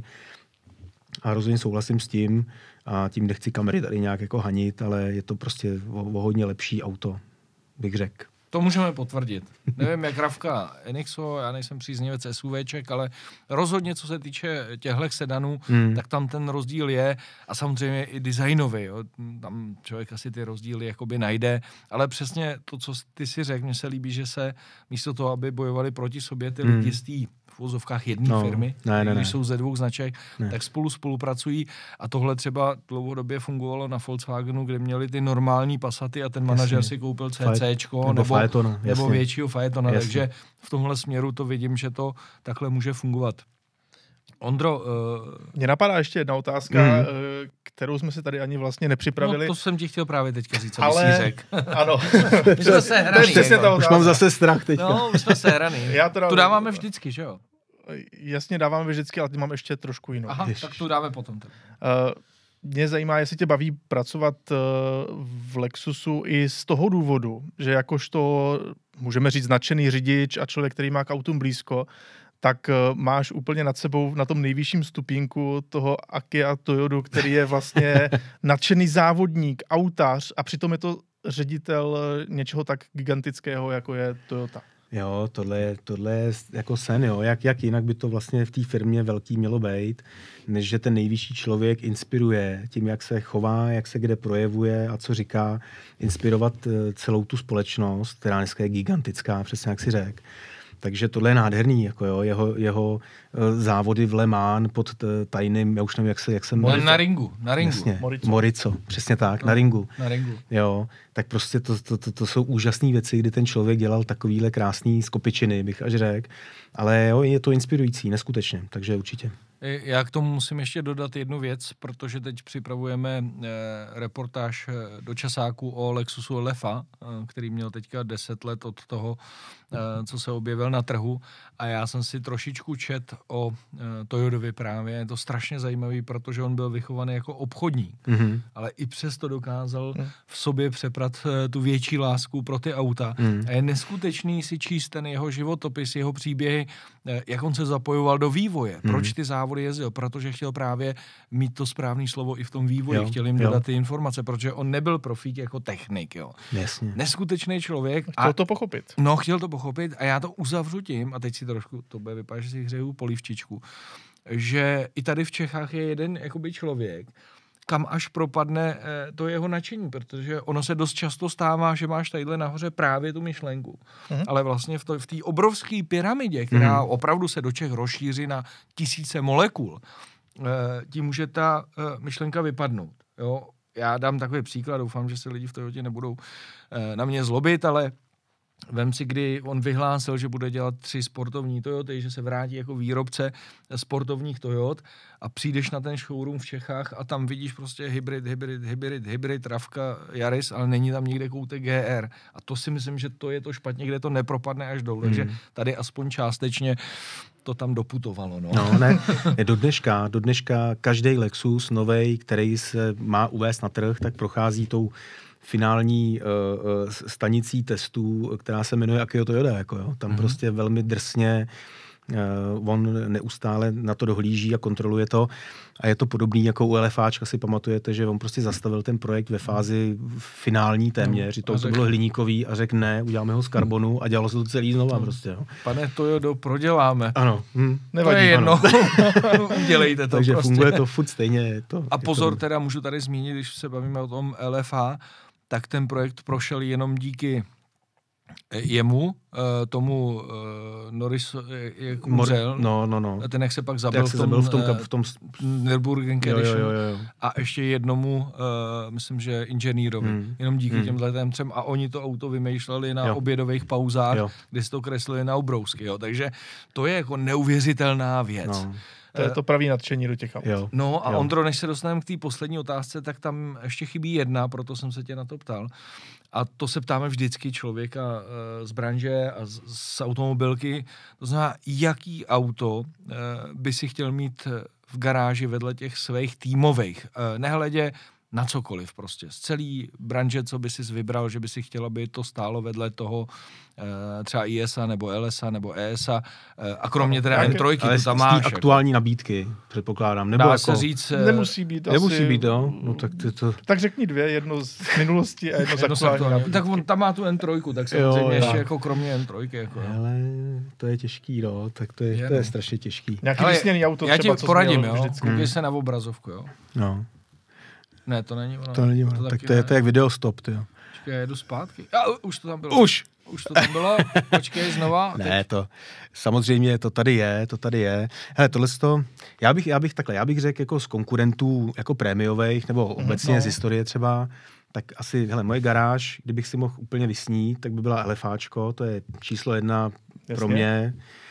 A rozhodně souhlasím s tím a tím nechci kamery tady nějak jako hanit, ale je to prostě o, o hodně lepší auto, bych řekl. To můžeme potvrdit. Nevím, jak ravka Enixo, já nejsem příznivec SUVček, ale rozhodně, co se týče těchto sedanů, hmm. tak tam ten rozdíl je a samozřejmě i designový. Jo. Tam člověk asi ty rozdíly jakoby najde, ale přesně to, co ty si řekl, mně se líbí, že se místo toho, aby bojovali proti sobě ty hmm. lidi z té v uvozovkách jedné no, firmy, ne, ne, když ne. jsou ze dvou značek, ne. tak spolu spolupracují a tohle třeba dlouhodobě fungovalo na Volkswagenu, kde měli ty normální Passaty a ten manažer jasně. si koupil CCčko nebo, nebo, Faetona, nebo většího Faetona, jasně. takže v tomhle směru to vidím, že to takhle může fungovat. Ondro... Uh... Mně napadá ještě jedna otázka, mm. kterou jsme si tady ani vlastně nepřipravili. No to jsem ti chtěl právě teďka říct, ale... aby si řekl. Ano. My jsme se hraný. Už mám zase strach teďka. No, my jsme se hraný. Teda... Tu dáváme vždycky, že jo? Jasně, dáváme vždycky, ale ty mám ještě trošku jinou. Aha, Ježiš. Tak tu dáme potom. Uh, mě zajímá, jestli tě baví pracovat uh, v Lexusu i z toho důvodu, že jakožto, můžeme říct, nadšený řidič a člověk, který má k autům blízko, tak uh, máš úplně nad sebou na tom nejvyšším stupínku toho Akia Toyodu, který je vlastně nadšený závodník, autář a přitom je to ředitel něčeho tak gigantického, jako je Toyota. Jo, tohle je, tohle je jako sen, jo. Jak, jak jinak by to vlastně v té firmě velký mělo být, než že ten nejvyšší člověk inspiruje tím, jak se chová, jak se kde projevuje a co říká, inspirovat celou tu společnost, která dneska je gigantická, přesně jak si řekl. Takže tohle je nádherný, jako jo, jeho, jeho závody v Le Mans pod tajným, já už nevím, jak se, jak se na, na ringu, na ringu. Jasně, Morico. Morico, přesně tak, no, na ringu. Na ringu. Jo, tak prostě to, to, to, to jsou úžasné věci, kdy ten člověk dělal takovýhle krásný skopičiny, bych až řekl, ale jo, je to inspirující, neskutečně, takže určitě. Já k tomu musím ještě dodat jednu věc, protože teď připravujeme eh, reportáž do časáku o Lexusu L F A, eh, který měl teďka deset let od toho, eh, co se objevil na trhu. A já jsem si trošičku čet o eh, Toyotovi právě. Je to strašně zajímavý, protože on byl vychovaný jako obchodník, mm-hmm. ale i přesto dokázal mm. v sobě přeprat eh, tu větší lásku pro ty auta. Mm. A je neskutečný si číst ten jeho životopis, jeho příběhy, eh, jak on se zapojoval do vývoje, mm. proč ty závody jezdil, protože chtěl právě mít to správné slovo i v tom vývoji, jo, chtěl jim dodat jo. ty informace, protože on nebyl profík jako technik, jo. Jasně. Neskutečný člověk. Chtěl a, to pochopit. No, chtěl to pochopit a já to uzavřu tím, a teď si trošku, to bude vypadat, že si hřeju polívčičku, že i tady v Čechách je jeden jakoby člověk, kam až propadne eh, to jeho nadšení, protože ono se dost často stává, že máš tadyhle nahoře právě tu myšlenku. Mm-hmm. Ale vlastně v, to, v té obrovské pyramidě, která mm-hmm. opravdu se do Čech rozšíří na tisíce molekul, eh, tím může ta eh, myšlenka vypadnout. Jo? Já dám takový příklad, doufám, že se lidi v Toyotě nebudou eh, na mě zlobit, ale vem si, kdy on vyhlásil, že bude dělat tři sportovní Toyoty, že se vrátí jako výrobce sportovních Toyot a přijdeš na ten showroom v Čechách a tam vidíš prostě hybrid, hybrid, hybrid, hybrid, Ravka, Yaris, ale není tam nikde koutek G R. A to si myslím, že to je to špatně, kde to nepropadne až dolů. Hmm. Takže tady aspoň částečně to tam doputovalo. No, no ne, do dneška, do dneška každý Lexus novej, který se má uvést na trh, tak prochází tou finální uh, stanicí testů, která se jmenuje Akio Toyoda, jako jo. Tam mm-hmm. prostě velmi drsně uh, on neustále na to dohlíží a kontroluje to. A je to podobný jako u LFáčka, si pamatujete, že on prostě zastavil ten projekt ve fázi finální téměř, no, to, to bylo hliníkový a řekl ne, uděláme ho z karbonu a dělalo se to celý znova. No. Prostě, jo. Pane Toyodo, proděláme. Ano. Hm. Nevadí, to je jedno. Udělejte to. Takže prostě. funguje to furt stejně. Je to, a je pozor, to... teda můžu tady zmínit, když se bavíme o tom L F A, tak ten projekt prošel jenom díky jemu, tomu uh, Norris, jak umřel. No, no, no. Ten, jak se pak zabil, jak se v tom, v tom, v tom Nürburgring Edition. Jo, jo, jo, jo. A ještě jednomu, uh, myslím, že inženýrovi. Hmm. Jenom díky hmm. těmhle těm třem. A oni to auto vymýšleli na jo. obědových pauzách, jo. kdy si to kreslili na obrousky. Jo. Takže to je jako neuvěřitelná věc. No. To je to pravý nadšení do těch aut. Jo. No a jo. Ondro, než se dostaneme k té poslední otázce, tak tam ještě chybí jedna, proto jsem se tě na to ptal. A to se ptáme vždycky člověka e, z branže a z, z automobilky. To znamená, jaký auto e, by si chtěl mít v garáži vedle těch svých týmových. E, nehledě na cokoliv prostě. Z celý branže, co by si vybral, že by si chtěl, aby to stálo vedle toho e, třeba I S A nebo L S A nebo E S A e, a kromě teda M tři, ale to tam máš. Aktuální jako nabídky, předpokládám. Nebo dá jako... se říct... Nemusí být Nemusí asi... být, no. no tak, ty to... tak řekni dvě, jedno z minulosti a jedno, jedno z aktuální. Tak on tam má tu M tři, tak samozřejmě ještě jako kromě M tři. Jako. Ale to je těžký, no. Tak to je, je, to je strašně těžký. Nějaký vysněný auto já třeba, ti co poradím, jo. Vždycky. Koukej se na obrazovku, jo. No. Ne, to není ono. To není ono, to tak to je, to je jak video stop, ty jo. Počkej, já jedu zpátky. A, už to tam bylo. Už! Už to tam bylo, počkej znova. Ne, to, samozřejmě to tady je, to tady je. Hele, tohle to, já bych, já bych takhle, já bych řekl jako z konkurentů, jako prémiových, nebo obecně no. z historie třeba, tak asi, hele, moje garáž, kdybych si mohl úplně vysnít, tak by byla LFáčko, to je číslo jedna Jasně. pro mě.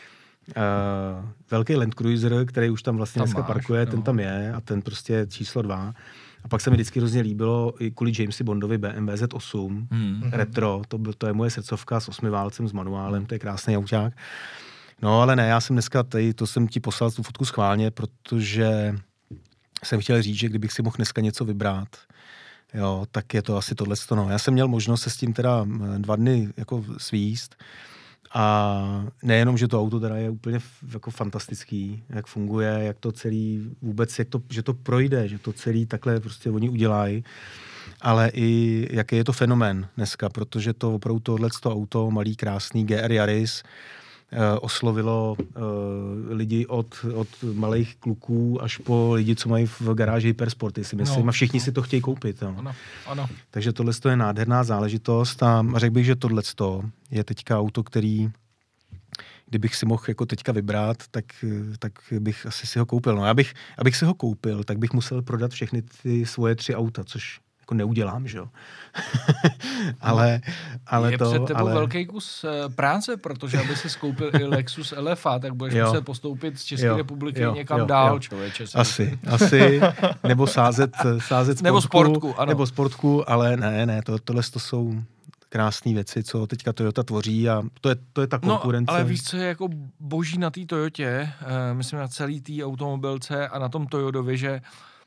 Uh, velký Land Cruiser, který už tam vlastně tam dneska máš, parkuje, no. ten tam je a ten prostě je číslo dva. A pak se mi vždycky hrozně líbilo i kvůli Jamesi Bondovi B M W Z osm, hmm. retro, to, byl, to je moje srdcovka s osmiválcem, s manuálem, to je krásný auták. No ale ne, já jsem dneska tady, to jsem ti poslal tu fotku schválně, protože jsem chtěl říct, že kdybych si mohl dneska něco vybrat, jo, tak je to asi tohleto. No. Já jsem měl možnost se s tím teda dva dny jako svíst, a nejenom, že to auto teda je úplně jako fantastický, jak funguje, jak to celý vůbec, jak to, že to projde, že to celý takhle prostě oni udělají. ale i jaký je to fenomén dneska, protože to opravdu tohleto auto, malý krásný G R Yaris, oslovilo uh, lidi od, od malých kluků až po lidi, co mají v garáži hypersporty, si myslím, no, a všichni no. si to chtějí koupit. No. Ano, ano. Takže tohle je nádherná záležitost a řekl bych, že tohle je teďka auto, který kdybych si mohl jako teďka vybrat, tak, tak bych asi si ho koupil. No, já bych, abych si ho koupil, tak bych musel prodat všechny ty svoje tři auta, což jako neudělám, že jo. ale, ale je to... před tebou ale... velký kus uh, práce, protože aby si skoupil i Lexus L F A, tak budeš jo. muset postoupit z České jo. republiky jo. někam jo. dál, jo. člověče. Asi, asi, nebo sázet, sázet sportku, nebo sportku, ano. Nebo sportku, ale ne, ne, to, tohle to jsou krásné věci, co teďka Toyota tvoří a to je, to je ta konkurence. No, ale víš, co je jako boží na té Toyotě, uh, myslím na celý té automobilce a na tom Toyotovi, že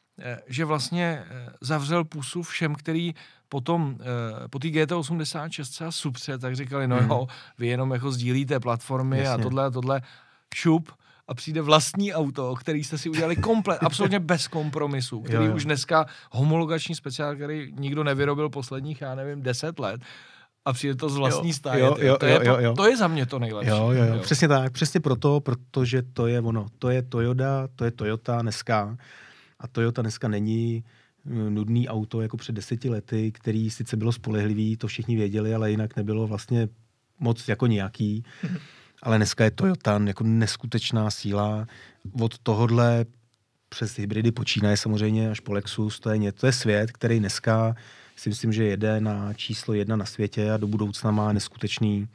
že vlastně zavřel pusu všem, který potom po té G T osmdesát šest a Supře, tak říkali, no hmm. jo, vy jenom jako sdílíte platformy Jasně. a tohle a tohle šup a přijde vlastní auto, který jste si udělali komplet, absolutně bez kompromisu, který jo, jo. už dneska homologační speciál, který nikdo nevyrobil posledních, já nevím, deset let, a přijde to z vlastní stáje. Jo, jo, to, jo, je, jo, jo. to je za mě to nejlepší. Jo, jo, jo. jo. Přesně tak, přesně proto, protože to je ono. To je Toyota, to je Toyota dneska. A Toyota dneska není nudný auto jako před deseti lety, který sice bylo spolehlivý, to všichni věděli, ale jinak nebylo vlastně moc jako nějaký. Ale dneska je Toyota jako neskutečná síla. Od tohodle přes hybridy počínaje samozřejmě až po Lexus, to je, to je svět, který dneska si myslím, že jede na číslo jedna na světě a do budoucna má neskutečný,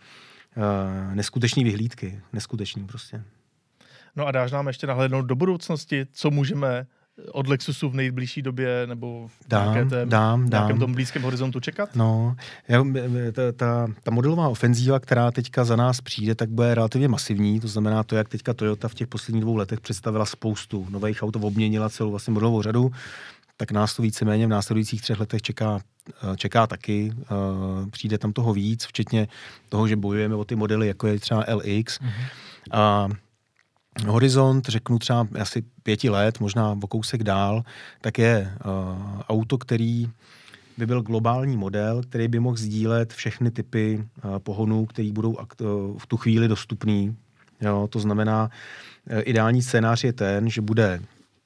uh, neskutečný vyhlídky. Neskutečný prostě. No a dáš nám ještě nahlédnout do budoucnosti, co můžeme od Lexusu v nejbližší době nebo v dám, nějaké té, dám, nějakém dám. tom blízkém horizontu čekat? No, já, ta, ta, ta modelová ofenzíva, která teďka za nás přijde, tak bude relativně masivní. To znamená to, jak teďka Toyota v těch posledních dvou letech představila spoustu nových aut, obměnila celou vlastně modelovou řadu, tak nás to víceméně v následujících třech letech čeká, čeká taky. Přijde tam toho víc, včetně toho, že bojujeme o ty modely, jako je třeba L X. Mm-hmm. A horizont, řeknu třeba asi pěti let, možná o kousek dál, tak je uh, auto, který by byl globální model, který by mohl sdílet všechny typy uh, pohonů, které budou akt, uh, v tu chvíli dostupný. Jo, to znamená, uh, ideální scénář je ten, že bude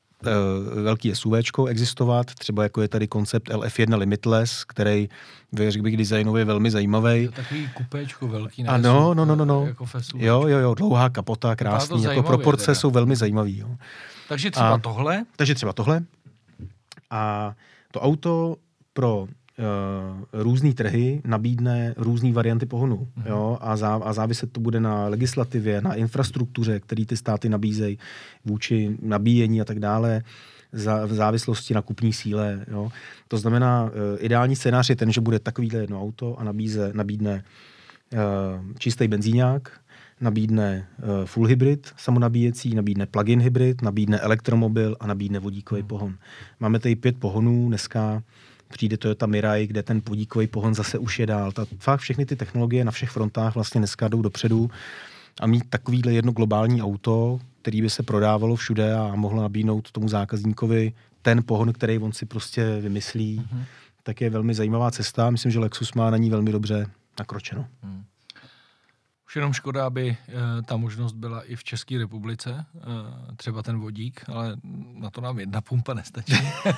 uh, velký SUVčko existovat, třeba jako je tady koncept L F jedna Limitless, který řekl bych designově velmi zajímavý. Takový kupéčko velký. Ne? Ano, no, no, no, no. Jako jo, jo, jo, dlouhá kapota, krásný, jako proporce teda. Jsou velmi zajímavý. Jo. Takže třeba a, tohle? Takže třeba tohle. A to auto pro uh, různý trhy nabídne různý varianty pohonu. Mm-hmm. Jo, a, zá, a záviset to bude na legislativě, na infrastruktuře, který ty státy nabízejí vůči nabíjení a tak dále, za, v závislosti na kupní síle. Jo. To znamená, uh, ideální scénář je ten, že bude takovýhle jedno auto a nabíze, nabídne uh, čistý benzíňák, nabídne uh, full hybrid samonabíjecí, nabídne plug-in hybrid, nabídne elektromobil a nabídne vodíkový hmm. pohon. Máme tady pět pohonů, dneska přijde Toyota Mirai, kde ten vodíkový pohon zase už je dál. Ta, fakt všechny ty technologie na všech frontách vlastně dneska jdou dopředu a mít takovýhle jedno globální auto, který by se prodávalo všude a mohlo nabídnout tomu zákazníkovi ten pohon, který on si prostě vymyslí, hmm. tak je velmi zajímavá cesta. Myslím, že Lexus má na ní velmi dobře nakročeno. Hmm. Už jenom škoda, aby e, ta možnost byla i v České republice, e, třeba ten vodík, ale na to nám jedna pumpa nestačí.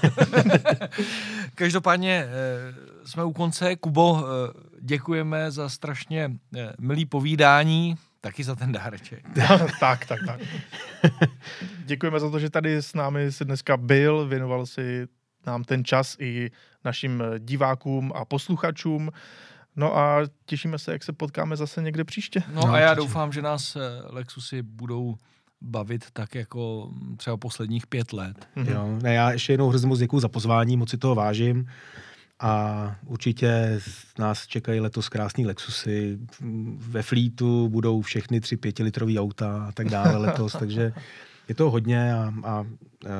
Každopádně e, jsme u konce. Kubo, e, děkujeme za strašně e, milý povídání, taky za ten dáreček. tak, tak, tak. Děkujeme za to, že tady s námi si dneska byl, věnoval si nám ten čas i našim divákům a posluchačům. No a těšíme se, jak se potkáme zase někde příště. No, no a já doufám, že nás Lexusy budou bavit tak jako třeba posledních pět let. Mm-hmm. Jo, ne, já ještě jednou hrozně moc děkuju za pozvání, moc si toho vážím a určitě nás čekají letos krásný Lexusy. Ve flítu budou všechny tři pětilitrový auta a tak dále letos, takže je to hodně a, a, a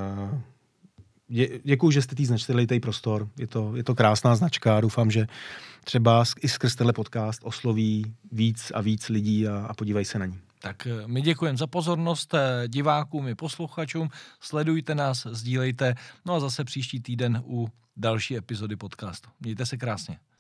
dě, děkuju, že jste tý značce dali tady prostor. Je to, je to krásná značka, doufám, že třeba i skrz tenhle podcast osloví víc a víc lidí a, a podívají se na ní. Tak my děkujeme za pozornost divákům i posluchačům. Sledujte nás, sdílejte. No a zase příští týden u další epizody podcastu. Mějte se krásně.